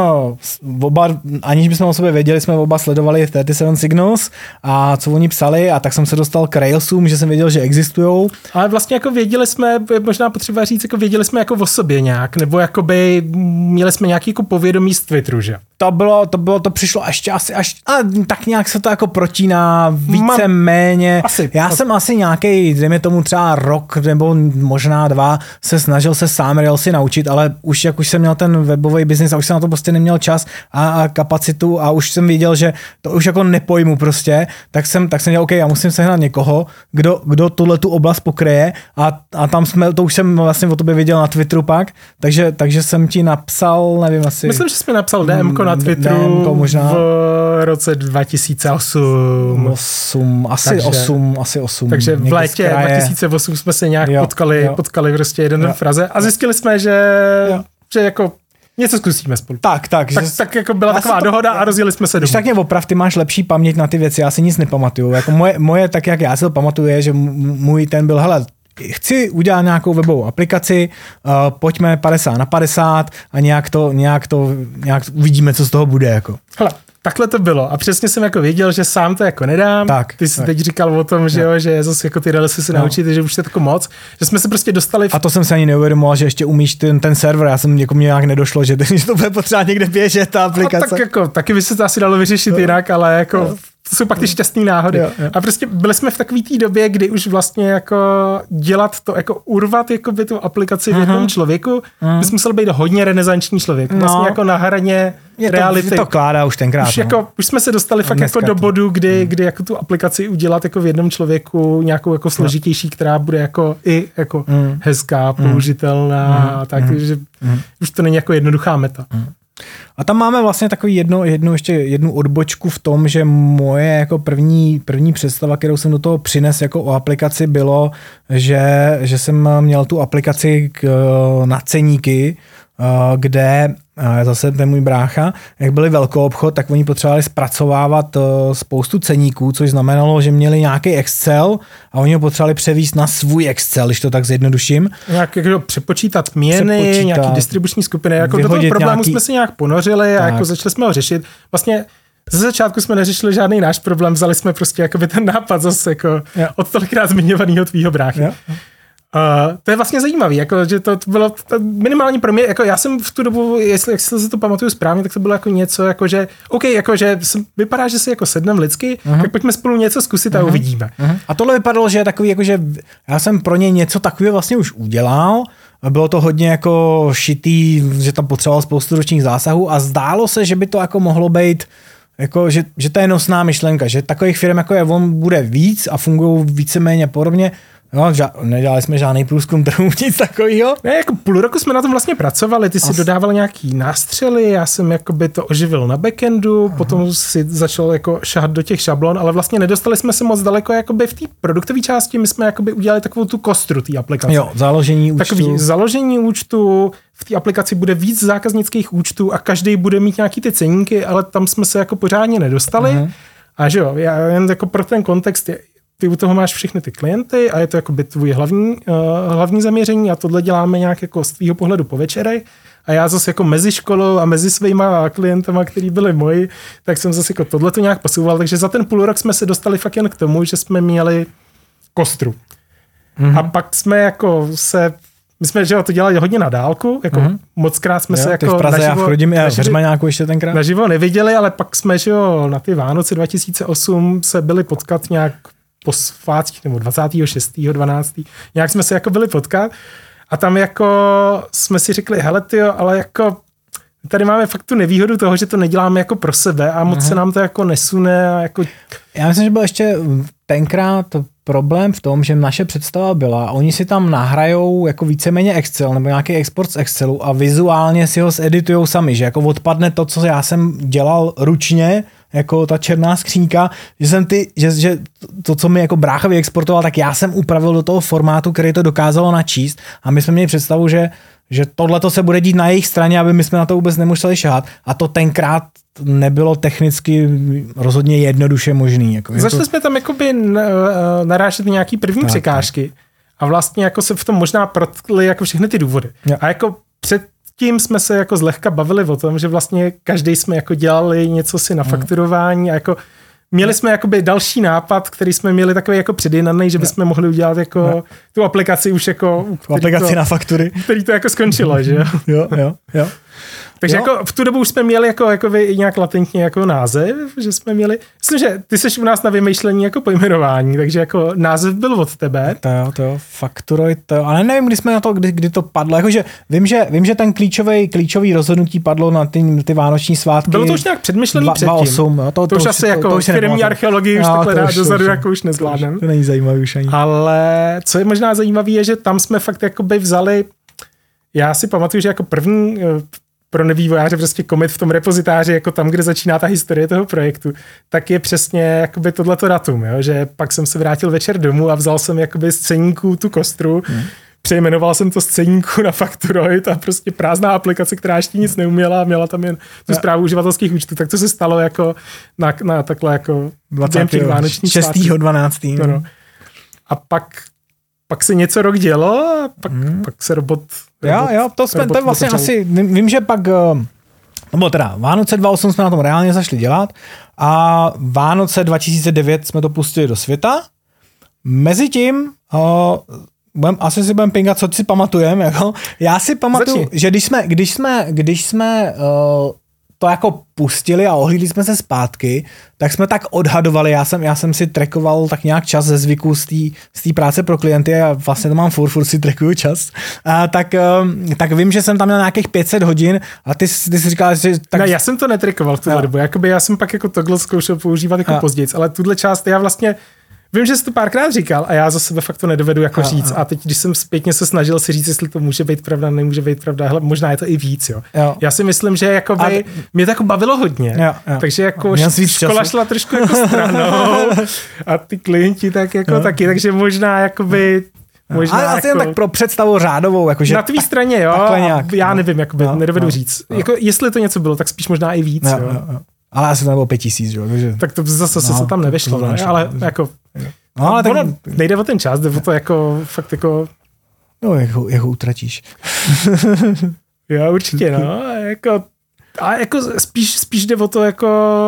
oba, aniž bychom o sobě věděli, jsme oba sledovali třicet sedm Signals a co oni psali a tak jsem se dostal k Railsům, že jsem věděl, že existujou. Ale vlastně jako věděli jsme, možná potřeba říct, jako věděli jsme jako o sobě nějak, nebo jakoby měli jsme nějaký jako povědomí z Twitteru, že? To bylo, to bylo, to přišlo ještě asi až, a tak nějak se to jako protíná více méně. Asi, Já asi. jsem asi nějaký, dejme tomu třeba rok nebo možná dva, se snažil se sám Railsy naučit, ale už jak už jsem měl ten webový biznis a už jsem na to prostě neměl čas a, a kapacitu a už jsem viděl, že to už jako nepojmu prostě, tak jsem, tak jsem měl, OK, já musím sehnat někoho, kdo, kdo tuhle tu oblast pokryje a, a tam jsme, to už jsem vlastně o tobě viděl na Twitteru pak, takže, takže jsem ti napsal, nevím asi. Myslím, že jsme napsal D M ko na Twitteru D M ko možná. V roce dva tisíce osm. osm asi takže, osm, asi osm. Takže v létě dva tisíce osm jsme se nějak jo, potkali, jo. potkali prostě jeden jo. v Praze a zjistili jsme, že, že jako něco zkusíme spolu. Tak, tak. Tak, že tak jako byla taková to, dohoda a rozjeli jsme se domů. Když tak mě oprav, ty máš lepší paměť na ty věci, já si nic nepamatuju. Jako moje, moje, tak jak já si to pamatuju, je, že můj ten byl, hele, chci udělat nějakou webovou aplikaci, uh, pojďme padesát na padesát a nějak to, nějak to, nějak uvidíme, co z toho bude. Jako. Hele, takhle to bylo a přesně jsem jako věděl, že sám to jako nedám. Tak, Ty jsi tak. teď říkal o tom, že, jo, že zase jako ty Railsy se no. naučit, že už je tako moc, že jsme se prostě dostali. V... A to jsem se ani neuvědomoval, že ještě umíš ten, ten server, já jsem jako mě nějak nedošlo, že, že to bude potřeba někde běžet ta aplikace. A tak jako, taky by se to asi dalo vyřešit no. jinak, ale jako no. to jsou pak ty šťastné náhody. Jo, jo. A prostě byli jsme v takové té době, kdy už vlastně jako dělat to, jako urvat jako by tu aplikaci uh-huh. v jednom člověku, uh-huh. bys musel být hodně renesanční člověk. No. Vlastně jako na hraně je to, reality. Je to kládá už tenkrát. Už, no. jako, už jsme se dostali fakt jako do bodu, kdy, hmm. kdy jako tu aplikaci udělat jako v jednom člověku nějakou jako složitější, která bude jako i jako hmm. hezká, použitelná hmm. a tak, hmm. že hmm. už to není jako jednoduchá meta. Hmm. A tam máme vlastně takový jedno, jednu, ještě jednu odbočku v tom, že moje jako první, první představa, kterou jsem do toho přines jako o aplikaci, bylo, že, že jsem měl tu aplikaci k, na ceníky, kde zase ten můj brácha, jak byli velkou obchod, tak oni potřebovali zpracovávat spoustu ceníků, což znamenalo, že měli nějaký Excel a oni ho potřebovali převést na svůj Excel, když to tak zjednoduším. Nějak jako přepočítat měny, přepočítat, nějaký distribuční skupiny, jako do toho problému nějaký... jsme se nějak ponořili tak. A jako začali jsme ho řešit. Vlastně ze začátku jsme neřešili žádný náš problém, vzali jsme prostě jakoby ten nápad zase jako od tolikrát zmiňovaného tvýho bráchy. Jo. Uh, to je vlastně zajímavý, jako, že to, to bylo to minimálně pro mě, jako já jsem v tu dobu, jestli jak si to pamatuju správně, tak to bylo jako něco, jako že, OK, jako že vypadá, že si jako sedneme lidsky, uh-huh. tak pojďme spolu něco zkusit uh-huh. a uvidíme. Uh-huh. A tohle vypadalo, že je takový, jako že já jsem pro ně něco takového vlastně už udělal, bylo to hodně jako šitý, že tam potřeboval spoustu ročních zásahů a zdálo se, že by to jako mohlo být jako, že, že to je nosná myšlenka, že takových firm jako je on bude víc a fungují víceméně podobně. No, ža- nedělali jsme žádný průzkum trhu, nic takového. Ne, jako půl roku jsme na tom vlastně pracovali, ty si As... dodával nějaký nástřely, já jsem jakoby to oživil na backendu, Aha. potom si začal jako šahat do těch šablon, ale vlastně nedostali jsme se moc daleko jakoby v té produktové části, my jsme jakoby udělali takovou tu kostru té aplikace. Jo, založení účtu. Takový založení účtu, v té aplikaci bude víc zákaznických účtů a každý bude mít nějaký ty ceníky, ale tam jsme se jako pořádně nedostali. Aha. A že jo, já jen jako pro ten kontext je, ty u toho máš všechny ty klienty a je to jako by tvůj hlavní, uh, hlavní zaměření a tohle děláme nějak jako z tvýho pohledu po večerech a já zase jako mezi školou a mezi svýma klientama, který byli moji, tak jsem zase jako tohle to nějak posouval, takže za ten půl rok jsme se dostali fakt jen k tomu, že jsme měli kostru. Mm-hmm. A pak jsme jako se, my jsme že to dělali hodně na dálku, jako mm-hmm. mockrát jsme jo, se jako v Praze naživo, já v Chrudim, já v Řmaňáku ještě tenkrát. Naživo neviděli, ale pak jsme že jo, na ty Vánoce dva tisíce osm se byli potkat nějak po svátcích, nebo dvacátého šestého dvanáctého Nějak jsme se jako byli potkat a tam jako jsme si řekli, hele tyjo, ale jako tady máme fakt tu nevýhodu toho, že to neděláme jako pro sebe a moc Aha. se nám to jako nesune. A jako... Já myslím, že byl ještě tenkrát problém v tom, že naše představa byla, oni si tam nahrajou jako víceméně Excel nebo nějaký export z Excelu a vizuálně si ho zeditujou sami, že jako odpadne to, co já jsem dělal ručně, jako ta černá skřínka, že jsem ty, že, že to, co mi jako brácha vyexportoval, tak já jsem upravil do toho formátu, který to dokázalo načíst a my jsme měli představu, že, že tohleto se bude dít na jejich straně, aby my jsme na to vůbec nemuseli šahat a to tenkrát nebylo technicky rozhodně jednoduše možný. Jako, Začali to... jsme tam jakoby narážet nějaký první tak, překážky a vlastně jako se v tom možná protkly jako všechny ty důvody. Ja. A jako před tím jsme se jako zlehka bavili o tom, že vlastně každý jsme jako dělali něco si na fakturování a jako měli jsme jakoby další nápad, který jsme měli takový jako předjednaný, že bychom mohli udělat jako no. tu aplikaci už jako... Aplikaci to, na faktury. Který to jako skončilo, že jo? jo, jo, jo. Takže jo. jako v tu dobu už jsme měli jako, jako i nějak latentně jako název, že jsme měli, myslím, že ty seš u nás na vymýšlení jako pojmenování, takže jako název byl od tebe. To jo, to jo, Fakturoid, to jo, ale nevím, kdy jsme na to, kdy, kdy to padlo, jakože vím, že, vím, že ten klíčový, klíčový rozhodnutí padlo na ty, ty vánoční svátky. Bylo to už nějak předmyšlený dva, předtím. dva osm, jo, to, to, to, už asi jako firmní archeologii už takhle dát dozadu, jako už nezvládnem. To není zajímavý už ani. Ale co je možná zajímavé, je, že tam jsme fakt jakoby vzali, já si pamatuju, že jako první pro nevývojáře prostě commit v tom repozitáři, jako tam, kde začíná ta historie toho projektu, tak je přesně jakoby tohleto datum, jo? Že pak jsem se vrátil večer domů a vzal jsem jakoby z ceníku tu kostru, hmm. přejmenoval jsem to z ceníku na Fakturoid a prostě prázdná aplikace, která ještě nic neuměla a měla tam jen tu správu uživatelských účtů, tak to se stalo jako na, na takhle jako dvacátého šestého dvanáctého No, no. A pak pak se něco rok dělo a pak, hmm. pak se robot... Jo, robot, jo, to, jsme, to je vlastně otevřel. Asi, vím, vím, že pak, no bylo teda, Vánoce dva tisíce osm jsme na tom reálně zašli dělat a Vánoce dva tisíce devět jsme to pustili do světa. Mezitím, uh, budem, asi si budeme pingat, co si pamatujeme, jako. Já si pamatuju, Začni. že když jsme, když jsme, když jsme uh, to jako pustili a ohlídli jsme se zpátky, tak jsme tak odhadovali, já jsem, já jsem si trackoval tak nějak čas ze zvyku z té práce pro klienty a vlastně to mám furt, furt si trackuju čas, a tak, tak vím, že jsem tam měl nějakých pět set hodin a ty, ty jsi říkal, že... Tak... No, já jsem to netrackoval v tuhle dobu, jakoby já jsem pak jako tohle zkoušel používat jako později, ale tuhle část já vlastně Vím, že jsi to párkrát říkal a já za sebe fakt to nedovedu jako a, říct. A. a teď, když jsem zpětně se snažil si říct, jestli to může být pravda, nemůže být pravda, hele, možná je to i víc, jo. jo. Já si myslím, že jakoby, a... mě to jako bavilo hodně, jo, jo. takže jako škola času. Šla trošku jako stranou a ty klienti tak jako jo. taky, takže možná jakoby... Možná ale asi jako... jen tak pro představu řádovou. Jakože na tvý tak, straně, jo, nějak, já no. nevím, jakoby, no, nedovedu no, říct. No. Jako, jestli to něco bylo, tak spíš možná i víc, no, jo. No, no. Ale asi to nebylo pět tisíc, jo. Takže... Tak to zase no, se tam nevešlo, to ne? Ale jako... No, ale tak... ono nejde o ten čas, jde o to jako fakt jako... No, jak ho, jak ho utratíš. Jo, určitě, no. Jako, a jako spíš, spíš jde o to, jako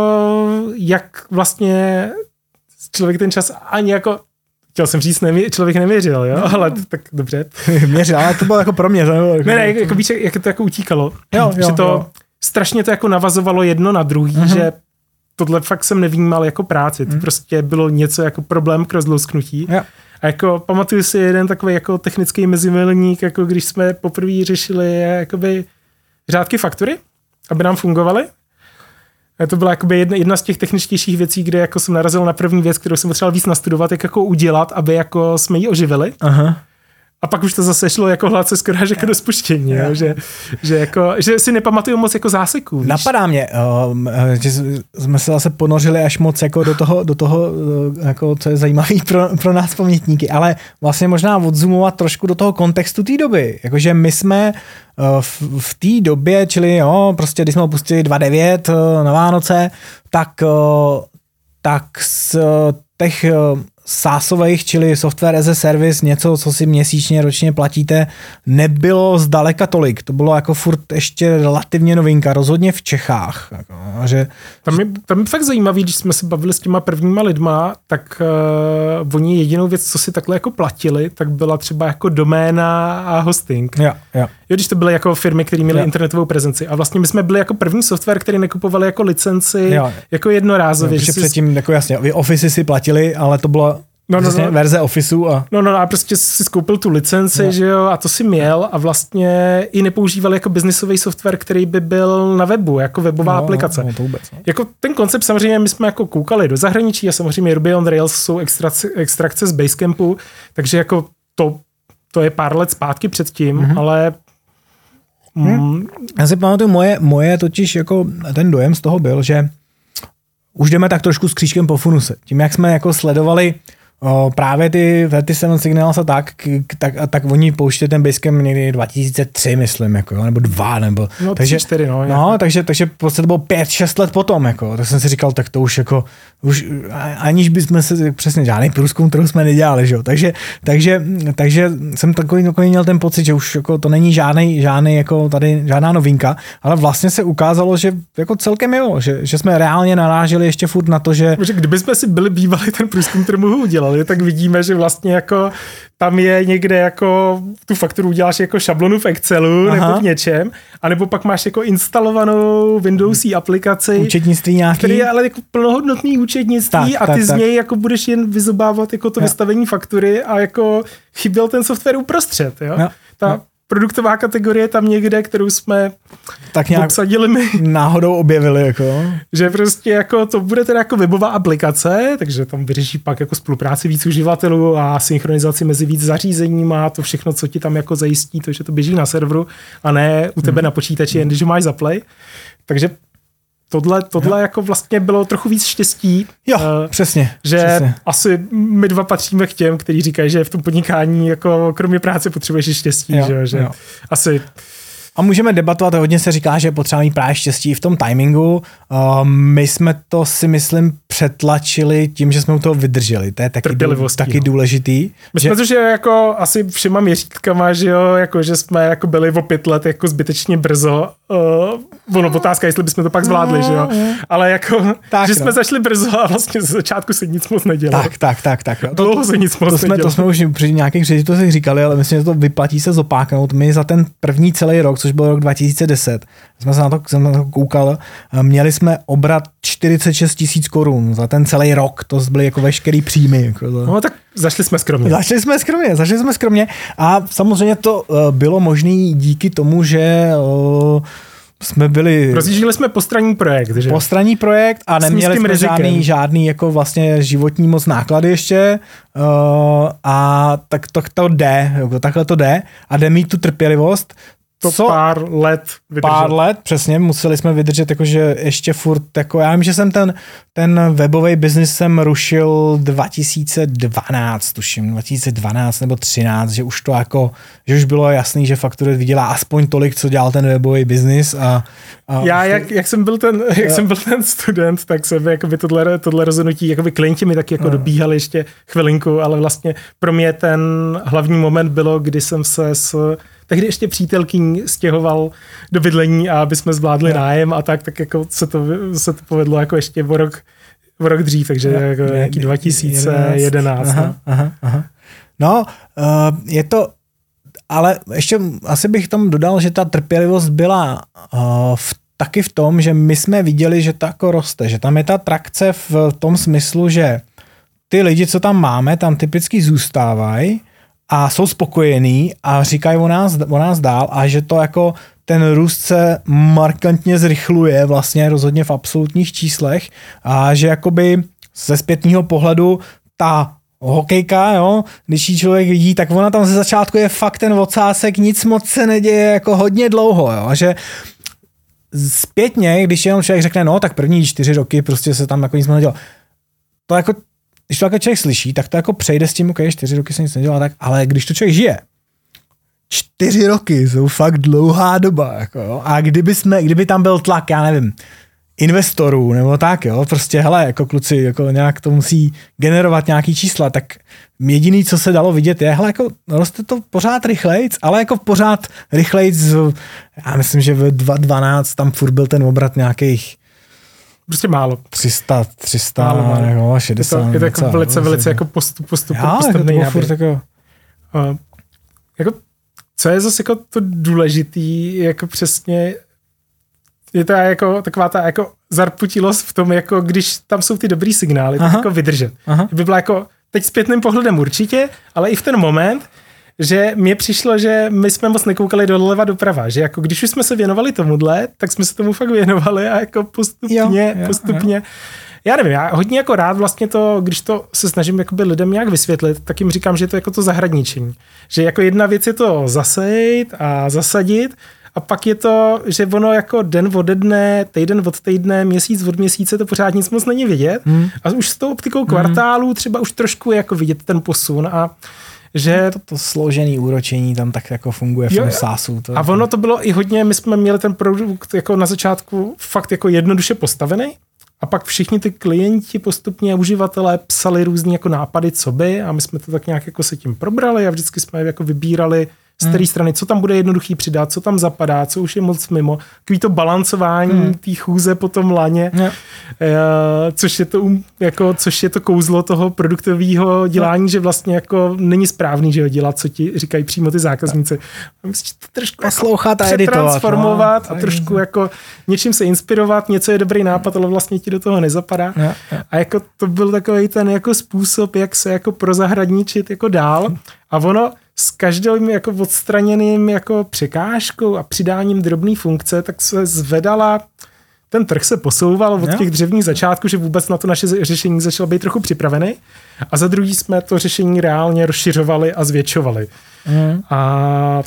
jak vlastně člověk ten čas ani jako... Chtěl jsem říct, nemě, člověk nevěřil, jo, ale tak dobře. Měřil, ale to bylo jako pro mě. Ne, ne, jako víš, jak to jako utíkalo. Jo, jo, že to jo. strašně to jako navazovalo jedno na druhý, uh-huh. že tohle fakt jsem nevnímal jako práci. To uh-huh. prostě bylo něco jako problém k rozlousknutí. Jo. A jako pamatuju si jeden takový jako technický mezimilník, jako když jsme poprvé řešili jakoby řádky faktury, aby nám fungovaly. A to byla jakoby jedna, jedna z těch techničtějších věcí, kde jako jsem narazil na první věc, kterou jsem potřeboval víc nastudovat, jak jako udělat, aby jako jsme ji oživili. Aha. A pak už to zase šlo jako hladce skoro až jako do spuštění, jo, že, že, jako, že si nepamatuju moc jako záseků. Víš? Napadá mě, um, že jsme se zase ponořili až moc jako do toho, do toho jako, co je zajímavý pro, pro nás pamětníky, ale vlastně možná odzumovat trošku do toho kontextu té doby. Jakože my jsme v, v té době, čili jo, prostě když jsme opustili dva devět na Vánoce, tak, tak z těch sásových, čili software as a service, něco, co si měsíčně, ročně platíte, nebylo zdaleka tolik. To bylo jako furt ještě relativně novinka, rozhodně v Čechách. Že... Tam, je, tam je fakt zajímavý, když jsme se bavili s těma prvníma lidma, tak uh, oni jedinou věc, co si takhle jako platili, tak byla třeba jako doména a hosting. Jo, jo. Jo, když to byly jako firmy, které měly jo. internetovou prezenci. A vlastně my jsme byli jako první software, který nekupovali jako licenci, jo. jako jednorázově. Jo, že předtím, si... jako jasně, vy Office si platili, ale to bylo no, no, no. verze Officeu. A... No, no, a prostě si skoupil tu licenci, no. že jo, a to si měl a vlastně i nepoužíval jako biznisový software, který by byl na webu, jako webová no, aplikace. No, to vůbec, no. Jako ten koncept samozřejmě my jsme jako koukali do zahraničí a samozřejmě Ruby on Rails jsou extrakce, extrakce z Basecampu, takže jako to, to je pár let zpátky předtím, mm-hmm. ale Hmm. Já si pamatuju, moje, moje totiž jako ten dojem z toho byl, že už jdeme tak trošku s křížkem po funuse. Tím, jak jsme jako sledovali o, právě ty třicet sedm Signals a tak, k, tak, a tak oni pouštěli ten Basecamp někdy dva tisíce tři, myslím, jako, nebo dva, nebo... No, takže, tři, čtyři, no. No, takže, takže prostě to bylo pět, šest let potom, jako. Tak jsem si říkal, tak to už jako, už, aniž bychom se, přesně žádný průzkum, kterou jsme nedělali, že jo. Takže, takže, takže jsem takový, takový měl ten pocit, že už jako to není žádný, žádný jako tady, žádná novinka, ale vlastně se ukázalo, že jako celkem jo, že, že jsme reálně naráželi ještě furt na to, že... Protože kdybychom si byli bývali ten průzkum, který mu udělali, tak vidíme, že vlastně jako tam je někde jako tu fakturu uděláš jako šablonu v Excelu. Aha. Nebo v něčem, anebo pak máš jako instalovanou Windowsí aplikaci. Účetnictví nějaký. Který je ale jako plnohodnotný účetnictví tak, a ty tak, z něj tak. jako budeš jen vyzobávat jako to ja. vystavení faktury a jako chyběl ten software uprostřed. Jo? Ja. Ta ja. produktová kategorie tam někde, kterou jsme tak nějak obsadili my. Náhodou objevili. Jako. Že prostě jako to bude teda jako webová aplikace, takže tam vyřeší pak jako spolupráci víc uživatelů a synchronizaci mezi víc zařízením a to všechno, co ti tam jako zajistí, to, že to běží na serveru a ne u tebe hmm. na počítači, jen když ho máš za play. Takže tohle, tohle jako vlastně bylo trochu víc štěstí. Jo, uh, přesně. Že přesně. asi my dva patříme k těm, kteří říkají, že v tom podnikání jako kromě práce potřebuješ i štěstí. Jo, že, že jo. asi... A můžeme debatovat, hodně se říká, že je potřeba mít právě štěstí v tom timingu. Uh, my jsme to si myslím přetlačili tím, že jsme u toho vydrželi. To je taky, dů, taky no. důležitý. My že... jsme to, že jako asi všema měřítkama, že jo, jako že jsme jako byli o pět let jako zbytečně brzo. Uh, ono otázka, jestli bychom to pak zvládli, že jo. Ale jako, tak, že no. jsme zašli brzo a vlastně z začátku se nic moc nedělo. Tak, tak, tak. tak no. Dlouho se nic moc to jsme, nedělo. To jsme už při nějakých příležitostech říkali, ale myslím, že to vyplatí se zopáknout. My za ten první celý rok, což byl rok dva tisíce deset, jsme se na to, jsem na to koukal, měli jsme obrat čtyřicet šest tisíc korun za ten celý rok. To byly jako veškerý příjmy. Jako to. No tak zašli jsme skromně. Zašli jsme skromně, zašli jsme skromně a samozřejmě to uh, bylo možné díky tomu, že uh, jsme byli... Rozjížděli jsme postranní projekt, že? Postranní projekt a neměli jsme žádný, žádný jako vlastně životní moc náklady ještě uh, a tak to, to jde, jako takhle to jde a jde mít tu trpělivost. To co? Pár let vydržet. Pár let, přesně, museli jsme vydržet, jakože ještě furt, jako já vím, že jsem ten, ten webový biznis jsem rušil dva tisíce dvanáct, tuším, dva tisíce dvanáct nebo třináct, že už to jako, že už bylo jasný, že Fakturoid vydělá aspoň tolik, co dělal ten webový biznis a, a já, jak, jak, jsem byl ten, jak jsem byl ten student, tak jsem jakoby tohle, tohle rozhodnutí, jakoby klienti mi taky jako no. dobíhali ještě chvilinku, ale vlastně pro mě ten hlavní moment bylo, kdy jsem se s tehdy ještě přítelkyní stěhoval do bydlení a aby jsme zvládli no. nájem a tak, tak jako se to, se to povedlo jako ještě o rok, o rok dřív, takže no, jako nějaký dva tisíce jedenáct. Aha, aha, aha. No, uh, je to, ale ještě asi bych tam dodal, že ta trpělivost byla uh, v, taky v tom, že my jsme viděli, že to jako roste, že tam je ta trakce v tom smyslu, že ty lidi, co tam máme, tam typicky zůstávají a jsou spokojení a říkají o nás, o nás dál a že to jako ten růst se markantně zrychluje vlastně rozhodně v absolutních číslech a že jakoby ze zpětního pohledu ta hokejka, jo, když ji člověk vidí, tak ona tam ze začátku je fakt ten ocásek, nic moc se neděje jako hodně dlouho, jo, a že zpětně, když jenom člověk řekne, no tak první čtyři roky prostě se tam jako nic nedělo. To jako když to jako člověk slyší, tak to jako přejde s tím, ok, čtyři roky se nic nedělá, tak, ale když to člověk žije, čtyři roky jsou fakt dlouhá doba, jako jo, a kdyby jsme, kdyby tam byl tlak, já nevím, investorů, nebo tak, jo, prostě, hele, jako kluci, jako nějak to musí generovat nějaký čísla, tak jediný, co se dalo vidět, je, hele, jako roste to pořád rychlejc, ale jako pořád rychlejc, já myslím, že v dva tisíce dvanáct tam furt byl ten obrat nějakých prostě málo. tři sta, tři sta, málo, málo. Jako šedesát. Je to, je to jako co, velice, velice jako postup, postup, já, postupný jako furt jako... Uh, jako, co je zase jako to důležitý, jako přesně, je to jako taková ta jako zarputilost v tom, jako když tam jsou ty dobrý signály, tak jako vydržet. Aha. By byla jako, teď zpětným pohledem určitě, ale i v ten moment, že mně přišlo, že my jsme moc nekoukali doleva doprava, že jako když už jsme se věnovali tomuhle, tak jsme se tomu fakt věnovali a jako postupně, jo, jo, postupně. Jo. Já nevím, já hodně jako rád vlastně to, když to se snažím jakoby lidem nějak vysvětlit, tak jim říkám, že je to jako to zahradničení. Že jako jedna věc je to zasejt a zasadit a pak je to, že ono jako den ode dne, týden od týdne, měsíc od měsíce to pořád nic moc není vidět hmm. a už s tou optikou kvartálu třeba už trošku jako vidět ten posun a že to, to složený úročení tam tak jako funguje v tom sásu. To a ono to... to bylo i hodně, my jsme měli ten produkt jako na začátku fakt jako jednoduše postavený a pak všichni ty klienti postupně uživatelé psali různý jako nápady, co by a my jsme to tak nějak jako se tím probrali a vždycky jsme jako vybírali z té hmm. strany, co tam bude jednoduchý přidat, co tam zapadá, co už je moc mimo. Takový to balancování hmm. té chůze po tom laně, yeah. e, což, je to, jako, což je to kouzlo toho produktového dělání, yeah. že vlastně jako není správný, že ho dělat, co ti říkají přímo ty zákazníci. Musíš to trošku poslouchat jako a editovat. Přetransformovat no, a trošku jako něčím se inspirovat, něco je dobrý nápad, ale vlastně ti do toho nezapadá. Yeah. Yeah. A jako to byl takový ten jako způsob, jak se jako prozahradničit jako dál. A ono s každým jako odstraněným jako překážkou a přidáním drobné funkce, tak se zvedala, ten trh se posouval od těch dřevních začátků, že vůbec na to naše řešení začalo být trochu připravený. A za druhý jsme to řešení reálně rozšiřovali a zvětšovali. Mm. A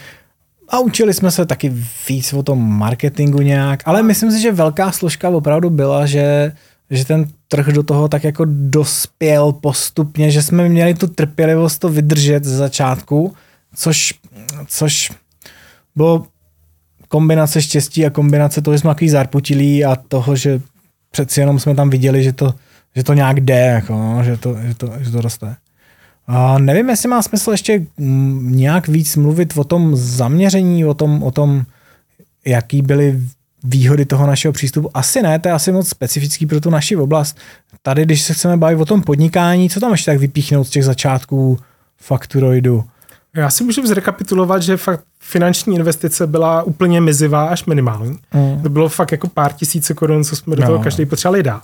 A učili jsme se taky víc o tom marketingu nějak, ale myslím si, že velká složka opravdu byla, že, že ten trh do toho tak jako dospěl postupně, že jsme měli tu trpělivost to vydržet ze začátku, což, což bylo kombinace štěstí a kombinace toho, že jsme takový zarputilí a toho, že přeci jenom jsme tam viděli, že to, že to nějak jde, jako, no, že, to, že, to, že to roste. A nevím, jestli má smysl ještě nějak víc mluvit o tom zaměření, o tom, o tom, jaký byly výhody toho našeho přístupu. Asi ne, to je asi moc specifický pro tu naši oblast. Tady, když se chceme bavit o tom podnikání, co tam ještě tak vypíchnout z těch začátků Fakturoidu? Já si můžu zrekapitulovat, že fakt finanční investice byla úplně mizivá až minimální. Mm. To bylo fakt jako pár tisíce korun, co jsme do toho no. každý potřebovali dát.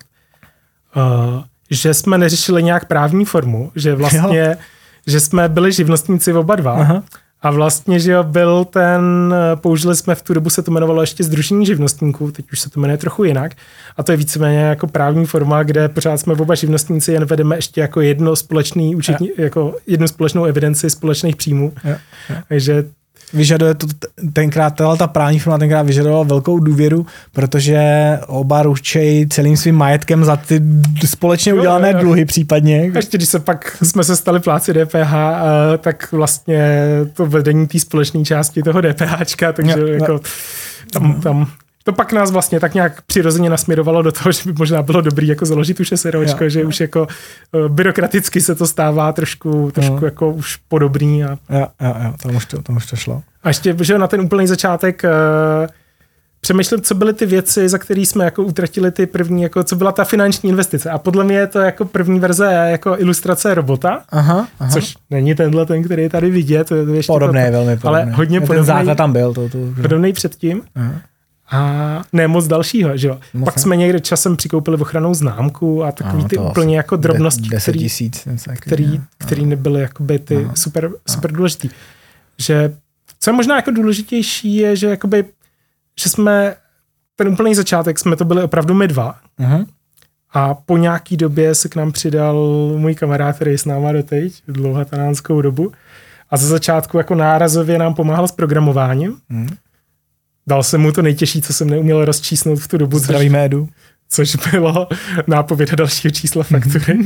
Uh, že jsme neřešili nějak právní formu, že vlastně, jo. že jsme byli živnostníci oba dva. Aha. A vlastně, že jo, byl ten, použili jsme v tu dobu, se to jmenovalo ještě Sdružení živnostníků, teď už se to jmenuje trochu jinak. A to je víceméně jako právní forma, kde pořád jsme oba živnostníci, jen vedeme ještě jako jedno společný účetní, jako jednu společnou evidenci společných příjmů. Jo, jo. Takže vyžaduje to tenkrát, ta právní firma tenkrát vyžadovala velkou důvěru, protože oba ručejí celým svým majetkem za ty společně udělané jo, jo. dluhy případně. A ještě když se pak jsme se stali pláci D P H, tak vlastně to vedení té společné části toho DPHčka, takže jo, jako tam, tam to pak nás vlastně tak nějak přirozeně nasměrovalo do toho, že by možná bylo dobrý jako založit už SROčko, jo, že jo. už jako byrokraticky se to stává trošku, trošku jo. jako už podobný. A... Jo, jo, jo, tam už to, tam už to šlo. A ještě, že na ten úplný začátek uh, přemýšlím, co byly ty věci, za které jsme jako utratili ty první, jako co byla ta finanční investice. A podle mě je to jako první verze jako ilustrace robota, aha, aha. což není tenhle ten, který je tady vidět. To je ještě podobné, to, velmi podobné. Ale hodně ten podobný. Ten základ tam byl. To, to, podobný předtím. Aha. A ne moc dalšího, že jo. Moc Pak ne. jsme někde časem přikoupili ochrannou známku a takový a ty úplně jako drobnosti, de, který, tisíc, který, který nebyly jakoby ty aha. super, super důležitý. Že co je možná jako důležitější je, že jakoby, že jsme ten úplný začátek jsme to byli opravdu my dva. Uh-huh. A po nějaký době se k nám přidal můj kamarád, který je s náma doteď, dlouhatanánskou dobu. A za začátku jako nárazově nám pomáhal s programováním. Uh-huh. Dal jsem mu to nejtěžší, co jsem neuměl rozčísnout v tu dobu. Zdravíme Edu. Což bylo nápověda dalšího čísla faktury.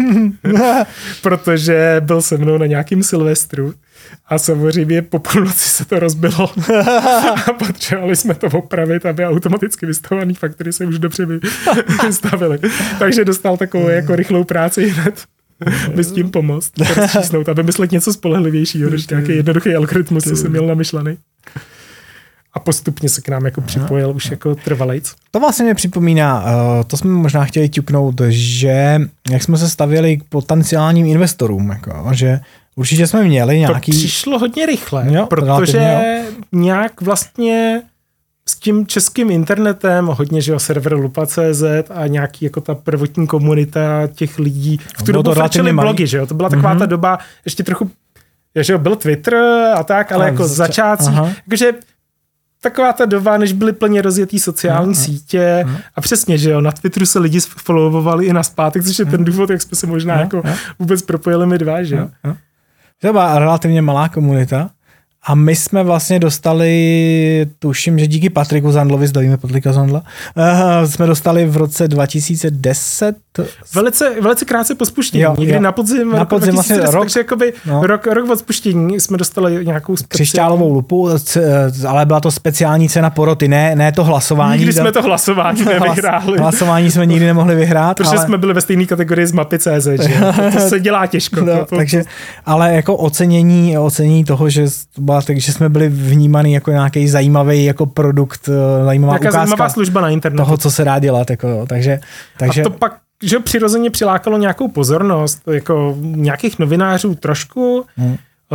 Protože byl se mnou na nějakým Silvestru a samozřejmě po půlnoci se to rozbilo a potřebovali jsme to opravit, aby automaticky vystavované faktury se už dobře vystavily. Takže dostal takovou jako rychlou práci hned. By s tím pomoct, rozčísnout a vymyslet něco spolehlivějšího, než nějaký jednoduchý algoritmus, co jsem měl namyšlený. A postupně se k nám jako připojil už jako trvalejc. To vlastně mě připomíná, to jsme možná chtěli ťuknout, že jak jsme se stavěli k potenciálním investorům, jako, že určitě jsme měli nějaký... To přišlo hodně rychle, jo, protože nějak vlastně s tím českým internetem, hodně, že jo, server lupa tečka cé zet a nějaký jako ta prvotní komunita těch lidí, v tu dobu frčely blogy, že jo, to byla taková mm-hmm. ta doba, ještě trochu, že jo, byl Twitter a tak, ale a jako zača- začátcí, jakože taková ta doba, než byly plně rozjetý sociální uh, sítě uh, a přesně, že jo, na Twitteru se lidi followovali i naspátek, což je uh, ten důvod, jak jsme se možná uh, jako uh, vůbec propojili my dva, že jo. Uh, uh. To byla relativně malá komunita a my jsme vlastně dostali, tuším, že díky Patriku Zandlovi, zdravíme Patrika Zandla, uh, jsme dostali v roce dva tisíce deset. Velice, velice krátce po spuštění, jo, někdy jo. na podzim, na podzim vlastně rok, takže jakoby no. rok, rok od spuštění jsme dostali nějakou speciální... křišťálovou lupu, ale byla to speciální cena poroty, ne, ne to hlasování. Nikdy jsme to hlasování nevyhráli. Hlasování jsme nikdy nemohli vyhrát. Protože ale... jsme byli ve stejné kategorii z mapy tečka cé zet, že to, to se dělá těžko. No, to, to, takže, ale jako ocenění, ocenění toho, že, takže jsme byli vnímaný jako nějaký zajímavý jako produkt, zajímavá Nějaká ukázka zajímavá služba na internetu. Toho, co se dá dělat. Jako, takže, takže... A to pak že přirozeně přilákalo nějakou pozornost, jako nějakých novinářů trošku, hmm.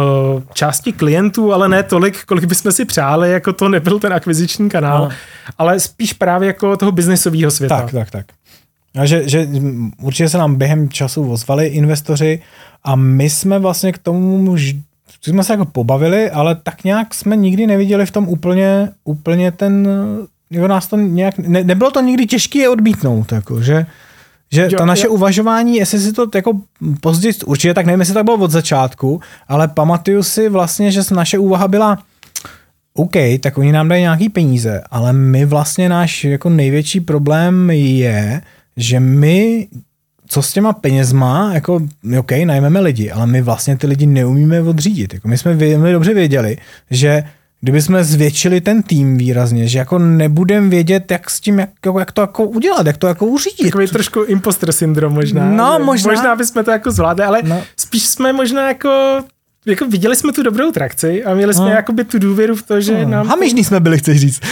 části klientů, ale ne tolik, kolik bychom si přáli, jako to nebyl ten akviziční kanál, no. ale spíš právě jako toho biznesového světa. Tak, tak, tak. A že, že určitě se nám během času ozvali investoři a my jsme vlastně k tomu jsme se jako pobavili, ale tak nějak jsme nikdy neviděli v tom úplně, úplně ten, jo, nás to nějak, ne, nebylo to nikdy těžké je odmítnout, jako, že Že jo, to naše jo. uvažování, jestli si to jako později, určitě tak nevím, jestli tak bylo od začátku, ale pamatuju si vlastně, že naše úvaha byla OK, tak oni nám dají nějaký peníze, ale my vlastně náš jako největší problém je, že my, co s těma penězma, jako OK, najmeme lidi, ale my vlastně ty lidi neumíme odřídit. Jako my jsme velmi dobře věděli, že kdyby jsme zvětšili ten tým výrazně, že jako nebudeme vědět, jak s tím, jak, jak to jako udělat, jak to jako uřídit. Takový trošku imposter syndrom možná. No, možná. Možná bychom to jako zvládli, ale no. spíš jsme možná jako, jako viděli jsme tu dobrou trakci a měli jsme no. jakoby tu důvěru v to, že no. nám... Hamižný jsme byli, chceš říct.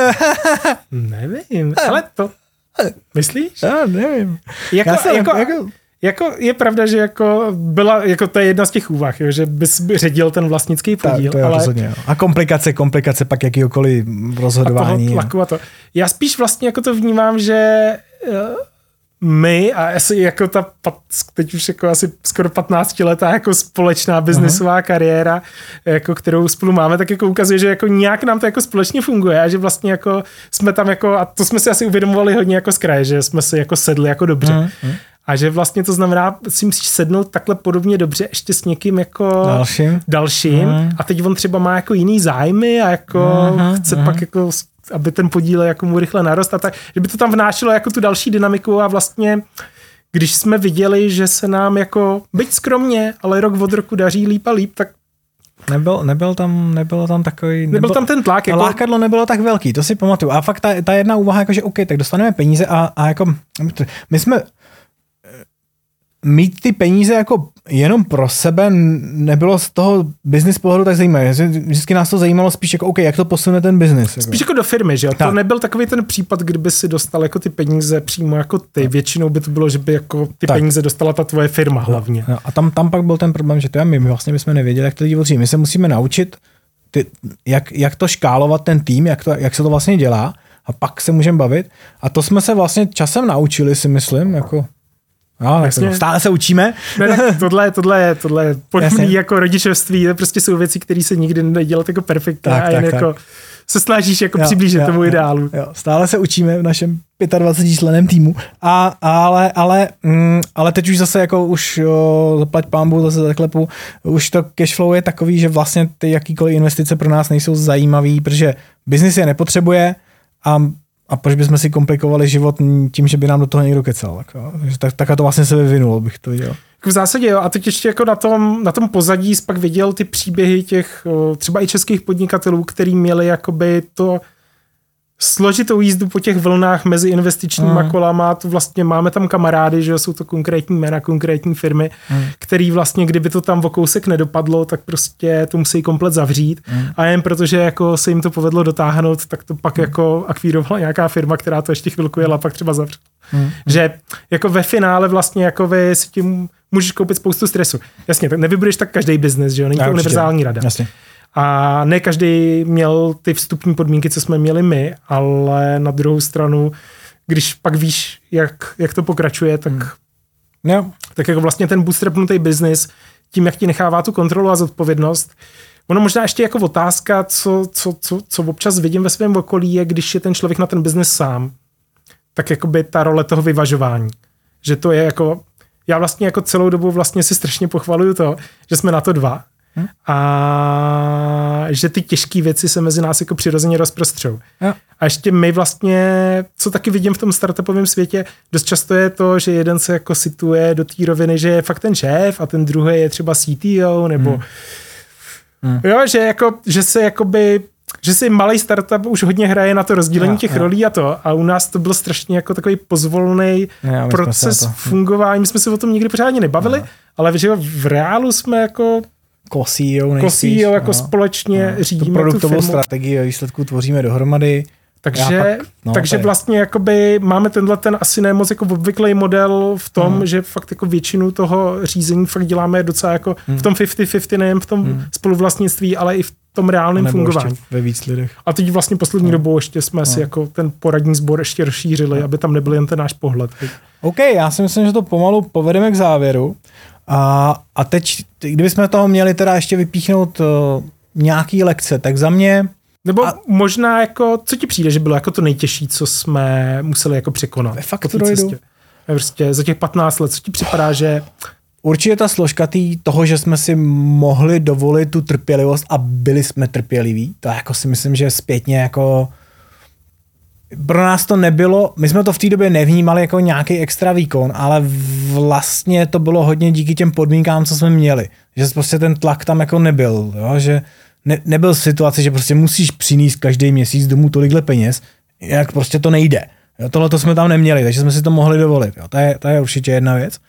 Nevím, ale to... Myslíš? Já nevím. Jako, Já jsem, jako, jako... Jako je pravda, že jako byla, jako to je jedna z těch úvah, jo, že bys ředil ten vlastnický podíl. Tak, to je ale... rozhodně, jo. A komplikace, komplikace pak jakýkoliv rozhodování. A toho tlaku a to. Já spíš vlastně jako to vnímám, že my a asi jako ta, teď už jako asi skoro patnáctiletá jako společná biznesová uh-huh. kariéra, jako kterou spolu máme, tak jako ukazuje, že jako nějak nám to jako společně funguje a že vlastně jako jsme tam jako, a to jsme si asi uvědomovali hodně jako z kraje, že jsme si jako sedli jako dobře. Uh-huh. A že vlastně to znamená, si musíš sednout takhle podobně dobře ještě s někým jako dalším, dalším uh-huh. a teď on třeba má jako jiný zájmy a jako uh-huh. chce uh-huh. pak jako aby ten podíl jako mu rychle narost a tak, že by to tam vnášelo jako tu další dynamiku a vlastně, když jsme viděli, že se nám jako, byť skromně, ale rok od roku daří líp a líp, tak Nebyl, nebyl tam, nebylo tam takový... Nebyl, nebyl tam ten tlak. Jako... Lákadlo nebylo tak velký, to si pamatuju. A fakt ta, ta jedna úvaha, jako že OK, tak dostaneme peníze a, a jako, my jsme mít ty peníze jako jenom pro sebe nebylo z toho business pohledu tak zajímavé. Vždycky nás to zajímalo spíš jako OK, jak to posune ten business. Jako. Spíš jako do firmy, že jo? To nebyl takový ten případ, kdyby si dostal jako ty peníze přímo jako ty. Tak. Většinou by to bylo, že by jako ty tak. peníze dostala ta tvoje firma hlavně. No, a tam, tam pak byl ten problém, že to my, my vlastně bychom nevěděli, jak to lidi odřídí. My se musíme naučit, ty, jak, jak to škálovat ten tým, jak, to, jak se to vlastně dělá a pak se můžeme bavit. A to jsme se vlastně časem naučili, si myslím, jako... No, tak stále se učíme. Ne, tak tohle, tohle je, tohle je podobný jako rodičovství, to prostě jsou věci, které se nikdy nedají dělat jako perfektně a jen tak, jako tak. se snažíš jako jo, přiblížit jo, tomu jo, ideálu. Jo. Stále se učíme v našem dvaceti pěti členém týmu, a, ale, ale, mm, ale teď už zase jako už jo, zaplať pánbu, zase zaklepu, už to cashflow je takový, že vlastně ty jakýkoliv investice pro nás nejsou zajímavý, protože biznis je nepotřebuje a A proč bychom si komplikovali život tím, že by nám do toho někdo kecal. Tak, tak to vlastně se vyvinulo, bych to viděl. V zásadě jo. A teď ještě jako na tom, na tom pozadí jsi pak viděl ty příběhy těch třeba i českých podnikatelů, který měli jakoby to složitou jízdu po těch vlnách mezi investičníma mm. kolama. To vlastně máme tam kamarády, že jsou to konkrétní jména, konkrétní firmy, mm. který vlastně, kdyby to tam o kousek nedopadlo, tak prostě to musí komplet zavřít. Mm. A jen protože jako se jim to povedlo dotáhnout, tak to pak mm. jako akvírovala nějaká firma, která to ještě chvilku jela, pak třeba zavřela. Mm. Že jako ve finále vlastně jako vy si tím můžeš koupit spoustu stresu. Jasně, tak nevybudeš tak každý biznes, že jo, není to univerzální rada. Jasně. A ne každý měl ty vstupní podmínky, co jsme měli my, ale na druhou stranu, když pak víš, jak, jak to pokračuje, tak, hmm. no. tak jako vlastně ten bootstrapnutý biznis, tím, jak ti nechává tu kontrolu a zodpovědnost, ono možná ještě jako otázka, co, co, co, co občas vidím ve svém okolí, je, když je ten člověk na ten biznis sám, tak jakoby ta role toho vyvažování. Že to je jako, já vlastně jako celou dobu vlastně si strašně pochvaluju to, že jsme na to dva. A že ty těžké věci se mezi nás jako přirozeně rozprostřou. Jo. A ještě my vlastně, co taky vidím v tom startupovém světě, dost často je to, že jeden se jako situuje do té roviny, že je fakt ten šéf a ten druhý je třeba C T O, nebo hmm. Hmm. jo, že, jako, že se jakoby, že si malý startup už hodně hraje na to rozdělení jo, těch jo. rolí a to. A u nás to bylo strašně jako takový pozvolný jo, proces fungování. My jsme se o tom nikdy pořádně nebavili, jo. ale že v reálu jsme jako Co-C E O nejspíš. Co-C E O jako no, společně no, řídíme tu produktovou strategii a výsledku tvoříme dohromady. Takže, pak, no, takže tady. vlastně jakoby máme tenhle ten asi ne moc jako obvyklý model v tom, hmm. že fakt jako většinu toho řízení fakt děláme docela jako hmm. v tom padesát padesát, nejen v tom hmm. spoluvlastnictví, ale i v tom reálném fungování. Ve víc lidech. A teď vlastně poslední no. dobou ještě jsme no. si jako ten poradní sbor ještě rozšířili, no. aby tam nebyl jen ten náš pohled. OK, já si myslím, že to pomalu povedeme k závěru. A, a teď, kdybychom toho měli teda ještě vypíchnout uh, nějaký lekce, tak za mě... Nebo a, možná jako, co ti přijde, že bylo jako to nejtěžší, co jsme museli jako překonat? Ve faktu dojdu. Prostě za těch patnáct let, co ti připadá, že... Určitě ta složka tý, toho, že jsme si mohli dovolit tu trpělivost a byli jsme trpěliví, to jako si myslím, že zpětně jako... Pro nás to nebylo, my jsme to v té době nevnímali jako nějaký extra výkon, ale vlastně to bylo hodně díky těm podmínkám, co jsme měli. Že prostě ten tlak tam jako nebyl, jo? Že ne, nebyl v situaci, že prostě musíš přinést každý měsíc domů tolikhle peněz, jak prostě to nejde. Jo? Tohle to jsme tam neměli, takže jsme si to mohli dovolit. Jo? To, je, to je určitě jedna věc.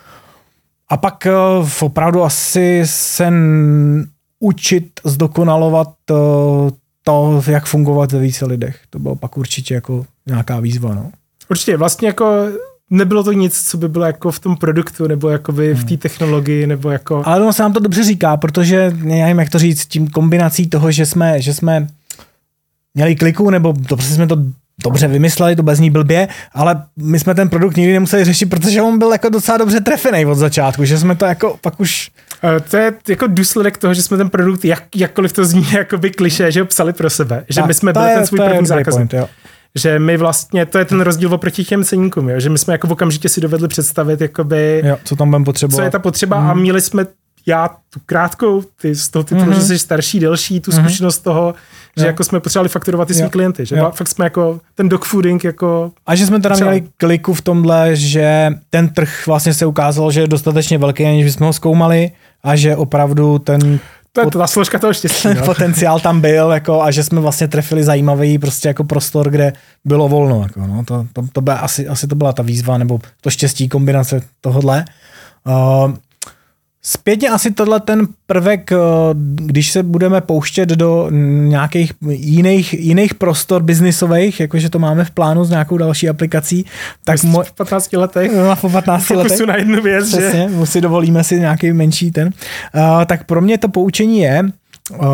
A pak uh, opravdu asi se učit zdokonalovat uh, to, jak fungovat ve více lidech. To bylo pak určitě jako nějaká výzva, no. Určitě, vlastně jako nebylo to nic, co by bylo jako v tom produktu, nebo jako by v té technologii, nebo jako... Ale ono se nám to dobře říká, protože, nevím, jak to říct, tím kombinací toho, že jsme, že jsme měli kliku, nebo to prostě jsme to dobře vymysleli, to bez ní blbě, ale my jsme ten produkt nikdy nemuseli řešit, protože on byl jako docela dobře trefený od začátku, že jsme to jako pak už... To je jako důsledek toho, že jsme ten produkt, jak, jakkoliv to zní jakoby klišé, že ho psali pro sebe, že tak, my jsme byli je, ten svůj první zákazník. Že my vlastně, to je ten rozdíl oproti těm ceníkům, jo? Že my jsme jako okamžitě si dovedli představit, jakoby, jo, co tam budeme potřebovat. Co je ta potřeba hmm. a měli jsme, já tu krátkou, ty z toho titulu, mm-hmm. že jsi starší, delší, tu mm-hmm. zkušenost toho, že jo. Jako jsme potřebovali fakturovat ty svý klienty, že jo. Fakt jsme jako ten dogfooding jako... A že jsme teda měli kliku v tomhle, že ten trh vlastně se ukázal, že je dostatečně velký, než jsme ho zkoumali a že opravdu ten... To je ta složka toho štěstí. No. Potenciál tam byl jako, a že jsme vlastně trefili zajímavý prostě jako prostor, kde bylo volno. Jako, no. to, to, to byla, asi, asi to byla ta výzva nebo to štěstí, kombinace tohodle. Uh, Zpětně asi tohle ten prvek, když se budeme pouštět do nějakých jiných, jiných prostor biznisových, jakože to máme v plánu s nějakou další aplikací, tak mo- v patnácti letech, no, po patnácti letech na jednu věc, přesně, že? Si dovolíme si nějaký menší ten. Uh, tak pro mě to poučení je uh,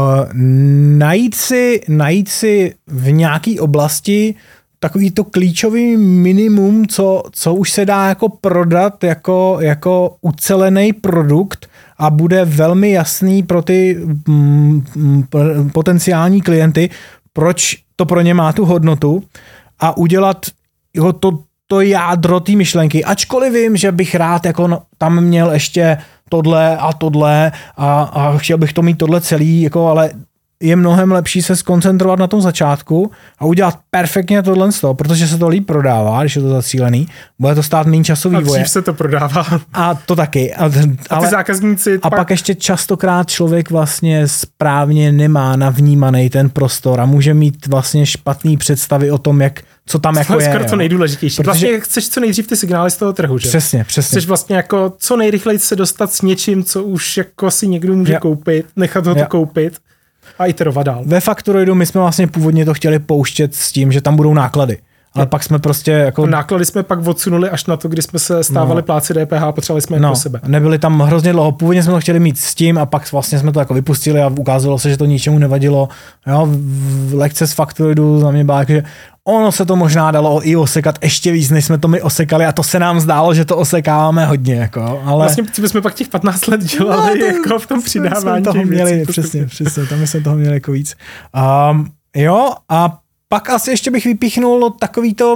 najít si, najít si v nějaký oblasti takový to klíčový minimum, co, co už se dá jako prodat jako, jako ucelený produkt a bude velmi jasný pro ty mm, potenciální klienty, proč to pro ně má tu hodnotu a udělat jo, to, to jádro té myšlenky. Ačkoliv vím, že bych rád jako no, tam měl ještě tohle a tohle a, a chtěl bych to mít tohle celý, jako, ale je mnohem lepší se skoncentrovat na tom začátku a udělat perfektně tohle z toho, protože se to líp prodává, když je to zacílený, bude to stát méně časový vývoje. A dřív se to prodává. A to taky. A, a ty ale, zákazníci... A pak... pak ještě častokrát člověk vlastně správně nemá navnímaný ten prostor a může mít vlastně špatný představy o tom, jak co tam jako to je. je. Skoro to nejdůležitější. Protože... Vlastně chceš co nejdřív ty signály z toho trhu, že? Přesně, přesně. Chceš vlastně jako co nejrychleji se dostat s něčím, co už jako si někdo může jo. koupit, nechat ho to koupit. A iterovat dál. Ve Factoroidu my jsme vlastně původně to chtěli pouštět s tím, že tam budou náklady. Ale pak jsme prostě jako... Náklady jsme pak odsunuli až na to, kdy jsme se stávali no. pláci D P H a potřebovali jsme je no. pro sebe. Nebyli tam hrozně dlouho. Původně jsme to chtěli mít s tím a pak vlastně jsme to jako vypustili a ukázalo se, že to ničemu nevadilo. Jo, v lekce z Factoroidu za mě byla jako, že ono se to možná dalo i osekat ještě víc, než jsme to my osekali a to se nám zdálo, že to osekáváme hodně. Jako, ale... Vlastně jsme pak těch patnáct let dělali no, jako v tom přidávání toho měli, věcí. Přesně, přesně, tam jsme toho měli jako víc. Um, jo, a pak asi ještě bych vypíchnul takový to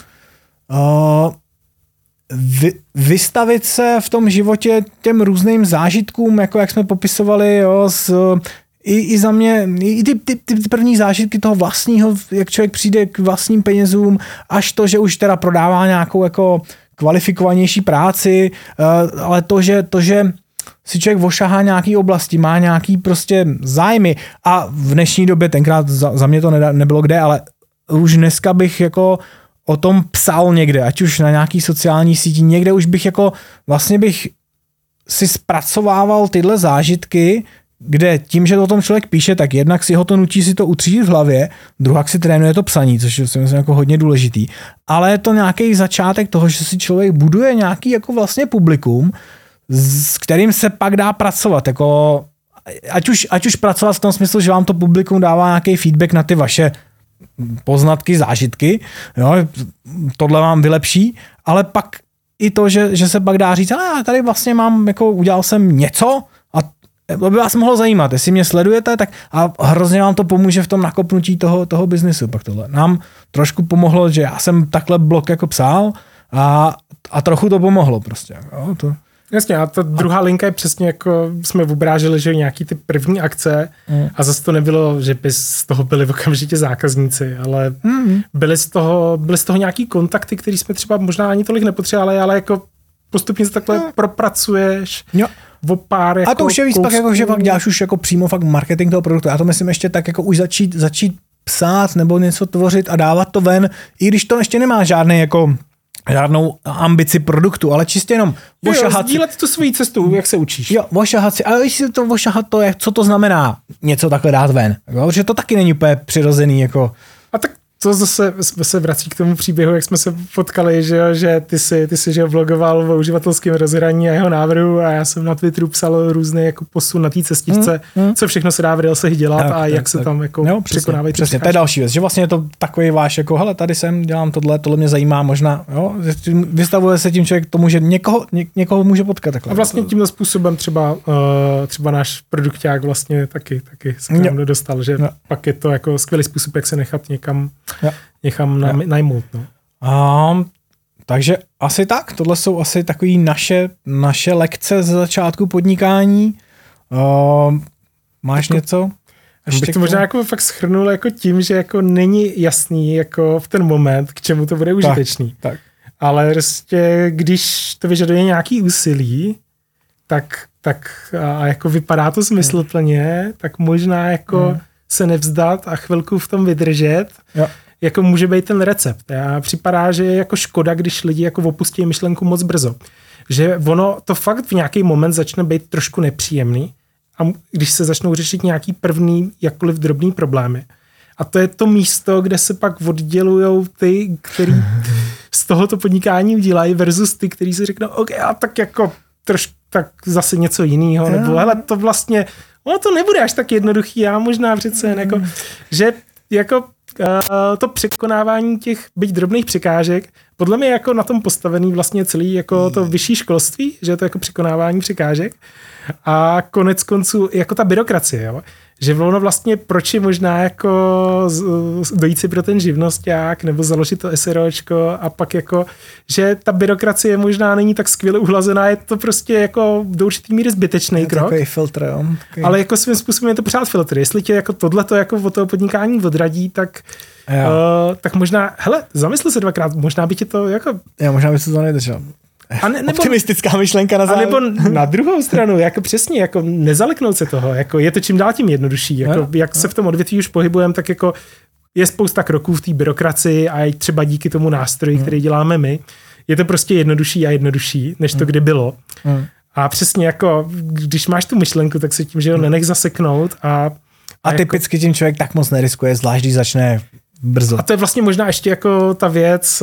uh, vy, vystavit se v tom životě těm různým zážitkům, jako jak jsme popisovali, jo, s, i, i za mě, i ty, ty, ty první zážitky toho vlastního, jak člověk přijde k vlastním penězům, až to, že už teda prodává nějakou jako kvalifikovanější práci, uh, ale to, že to, že si člověk ošahá nějaký oblasti, má nějaký prostě zájmy a v dnešní době, tenkrát za, za mě to ne, nebylo kde, ale už dneska bych jako o tom psal někde, ať už na nějaký sociální síti, někde už bych jako vlastně bych si zpracovával tyhle zážitky, kde tím, že o tom člověk píše, tak jednak si ho to nutí si to utřídit v hlavě, druhak si trénuje to psaní, což je si myslím jako hodně důležitý, ale je to nějaký začátek toho, že si člověk buduje nějaký jako vlastně publikum, s kterým se pak dá pracovat, jako ať už, ať už pracovat v tom smyslu, že vám to publikum dává nějaký feedback na ty vaše poznatky, zážitky, jo, tohle vám vylepší, ale pak i to, že, že se pak dá říct, a tady vlastně mám, jako udělal jsem něco a to by vás mohlo zajímat, jestli mě sledujete, tak a hrozně vám to pomůže v tom nakopnutí toho, toho biznesu. Pak tohle nám trošku pomohlo, že já jsem takhle blog jako psal a, a trochu to pomohlo prostě. Jo, to... Jasně, a ta druhá linka je přesně jako jsme obráželi, že nějaký ty první akce mm. a zase to nebylo, že by z toho byli okamžitě zákazníci, ale mm. byly z toho, byly z toho nějaký kontakty, který jsme třeba možná ani tolik nepotřebovali, ale jako postupně se takhle mm. propracuješ jo. o pár jako a to už je víc kousku. Pak jako, že pak děláš už jako přímo fakt marketing toho produktu. Já to myslím ještě tak jako už začít, začít psát nebo něco tvořit a dávat to ven, i když to ještě nemá žádný jako žádnou ambici produktu, ale čistě jenom ošahat si. Sdílet tu svoji cestu, jak se učíš. Jo, ošahat si, ale jestli to ošahat to, jak, co to znamená něco takhle dát ven. Jo, že to taky není úplně přirozený. Jako. A tak to zase se vrací k tomu příběhu, jak jsme se potkali, že, jo, že ty si, ty si že vlogoval o uživatelském rozhraní a jeho návrhu a já jsem na Twitteru psal různý jako posun na té cestičce, mm, mm. co všechno se dá v Railsech dělat tak, a tak, jak se tak. tam jako no, překonávají. Přesně, to je další věc, že vlastně je to takový váš, jako hele, tady jsem, dělám tohle, tohle mě zajímá, možná, jo, vystavuje se tím člověk tomu, že někoho, ně, někoho může potkat takhle. A vlastně tímhle způsobem třeba, uh, třeba náš produkták vlastně taky, taky se k nám dostal, že no. pak je to jako skvělý způsob, jak se nechat někam Ja. Nechám na, najmout. No. Um, takže asi tak, tohle jsou asi takové naše, naše lekce ze začátku podnikání. Um, máš to, něco? Ještě bych to možná jako fakt shrnul jako tím, že jako není jasný jako v ten moment, k čemu to bude užitečný. Tak, tak. Ale prostě, když to vyžaduje nějaký úsilí, tak, tak a jako vypadá to smysluplně, hmm. tak možná jako hmm. se nevzdat a chvilku v tom vydržet, jo. jako může být ten recept. A připadá, že je jako škoda, když lidi jako opustí myšlenku moc brzo. Že ono to fakt v nějaký moment začne být trošku nepříjemný a když se začnou řešit nějaký první, jakkoliv drobný problémy. A to je to místo, kde se pak oddělujou ty, který z tohoto podnikání udělají versus ty, který si řeknou, OK, a tak jako trošku tak zase něco jiného, nebo hele, to vlastně ono to nebude až tak jednoduchý, já možná přece jen jako, že jako uh, to překonávání těch byť drobných překážek, podle mě jako na tom postavený vlastně celý jako to vyšší školství, že je to jako překonávání překážek a konec konců jako ta byrokracie, jo? Že ono vlastně proč je možná jako dojít si pro ten živnosťák nebo založit to SROčko a pak jako, že ta byrokracie možná není tak skvěle uhlazená, je to prostě jako do určitý míry zbytečný je krok. Takový filtr, jo. Takový... Ale jako svým způsobem je to pořád filtr. Jestli tě jako tohleto jako od toho podnikání odradí, tak, uh, tak možná, hele, zamysli se dvakrát, možná by tě to jako... Já možná by se to nedržel. A ne, nebo, optimistická myšlenka na závěr. A nebo na druhou stranu, jako přesně, jako nezaleknout se toho, jako je to čím dál tím jednodušší, jako no, jak no. se v tom odvětví už pohybujeme, tak jako je spousta kroků v té byrokracii a třeba díky tomu nástroji, no. který děláme my, je to prostě jednodušší a jednodušší, než to kdy bylo. No. A přesně jako, když máš tu myšlenku, tak se tím, že ho nenech zaseknout a A, a typicky jako, tím člověk tak moc neriskuje, zvlášť když začne brzo. A to je vlastně možná ještě jako ta věc,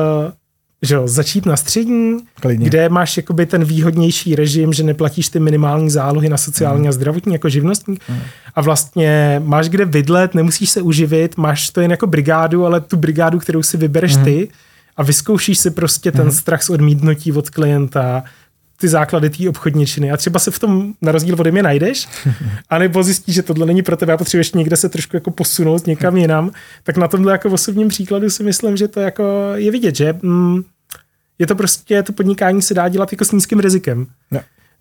že jo, začít na střední, Klidně. kde máš jakoby ten výhodnější režim, že neplatíš ty minimální zálohy na sociální mm. a zdravotní jako živnostník mm. a vlastně máš kde bydlet, nemusíš se uživit, máš to jen jako brigádu, ale tu brigádu, kterou si vybereš mm. ty a vyzkoušíš si prostě ten mm. strach z odmítnutí od klienta, ty základy té obchodničiny a třeba se v tom na rozdíl ode mě najdeš, anebo zjistíš, že tohle není pro tebe a potřebuješ někde se trošku jako posunout někam jinam, tak na tomhle jako osobním příkladu si myslím, že to jako je vidět, že mm, je to prostě, to podnikání se dá dělat jako s nízkým rizikem. No.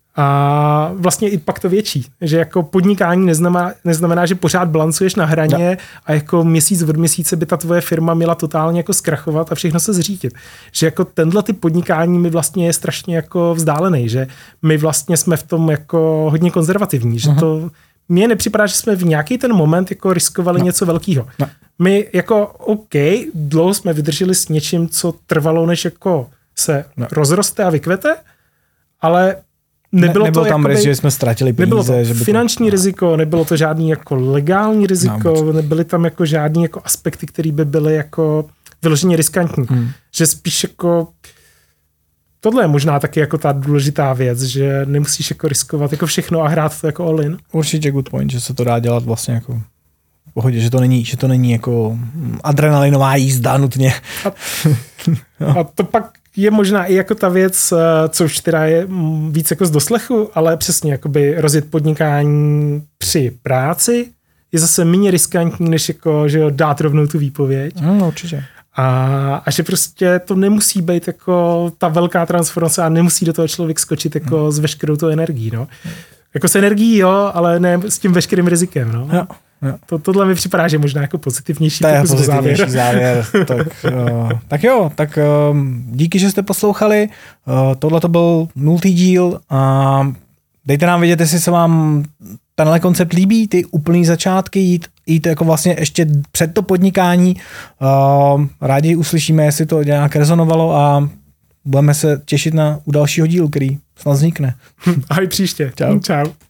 A vlastně i pak to větší, že jako podnikání neznamená, neznamená, že pořád balancuješ na hraně no. a jako měsíc od měsíce by ta tvoje firma měla totálně jako zkrachovat a všechno se zřítit. Že jako tenhle typ podnikání mi vlastně je strašně jako vzdálený, že my vlastně jsme v tom jako hodně konzervativní, že uh-huh. to mně nepřipadá, že jsme v nějaký ten moment jako riskovali no. něco velkého. No. My jako OK, dlouho jsme vydrželi s něčím, co trvalo, než jako se no. rozroste a vykvete, ale Nebylo, ne, nebylo to tam jakoby, rizik, že jsme ztratili peníze. Nebylo to že by finanční to... riziko, nebylo to žádný jako legální riziko, no, nebyly tam jako žádný jako aspekty, které by byly jako vyloženě riskantní. Hmm. Že spíš jako tohle je možná taky jako ta důležitá věc, že nemusíš jako riskovat jako všechno a hrát to jako all in. Určitě good point, že se to dá dělat vlastně jako v pohodě, že to není, že to není jako adrenalinová jízda nutně. A, a to pak je možná i jako ta věc, co už teda je víc jako z doslechu, ale přesně jakoby rozjet podnikání při práci je zase méně riskantní, než jako, že jo, dát rovnou tu výpověď. Mm, určitě. A, a že prostě to nemusí být jako ta velká transformace a nemusí do toho člověk skočit jako mm. s veškerou tou energií, no. Mm. Jako s energií, jo, ale ne s tím veškerým rizikem, no. Jo. Jo. To, tohle mi připadá, že možná jako pozitivnější. To je pozitivnější závěr. závěr. tak, uh, tak jo, tak uh, díky, že jste poslouchali. Uh, tohle to byl nultý díl. Uh, dejte nám vědět, jestli se vám tenhle koncept líbí, ty úplný začátky, jít, jít jako vlastně ještě před to podnikání. Uh, rádi uslyšíme, jestli to nějak rezonovalo a budeme se těšit na u dalšího dílu, který snad vznikne. Ahoj příště. Čau. Čau.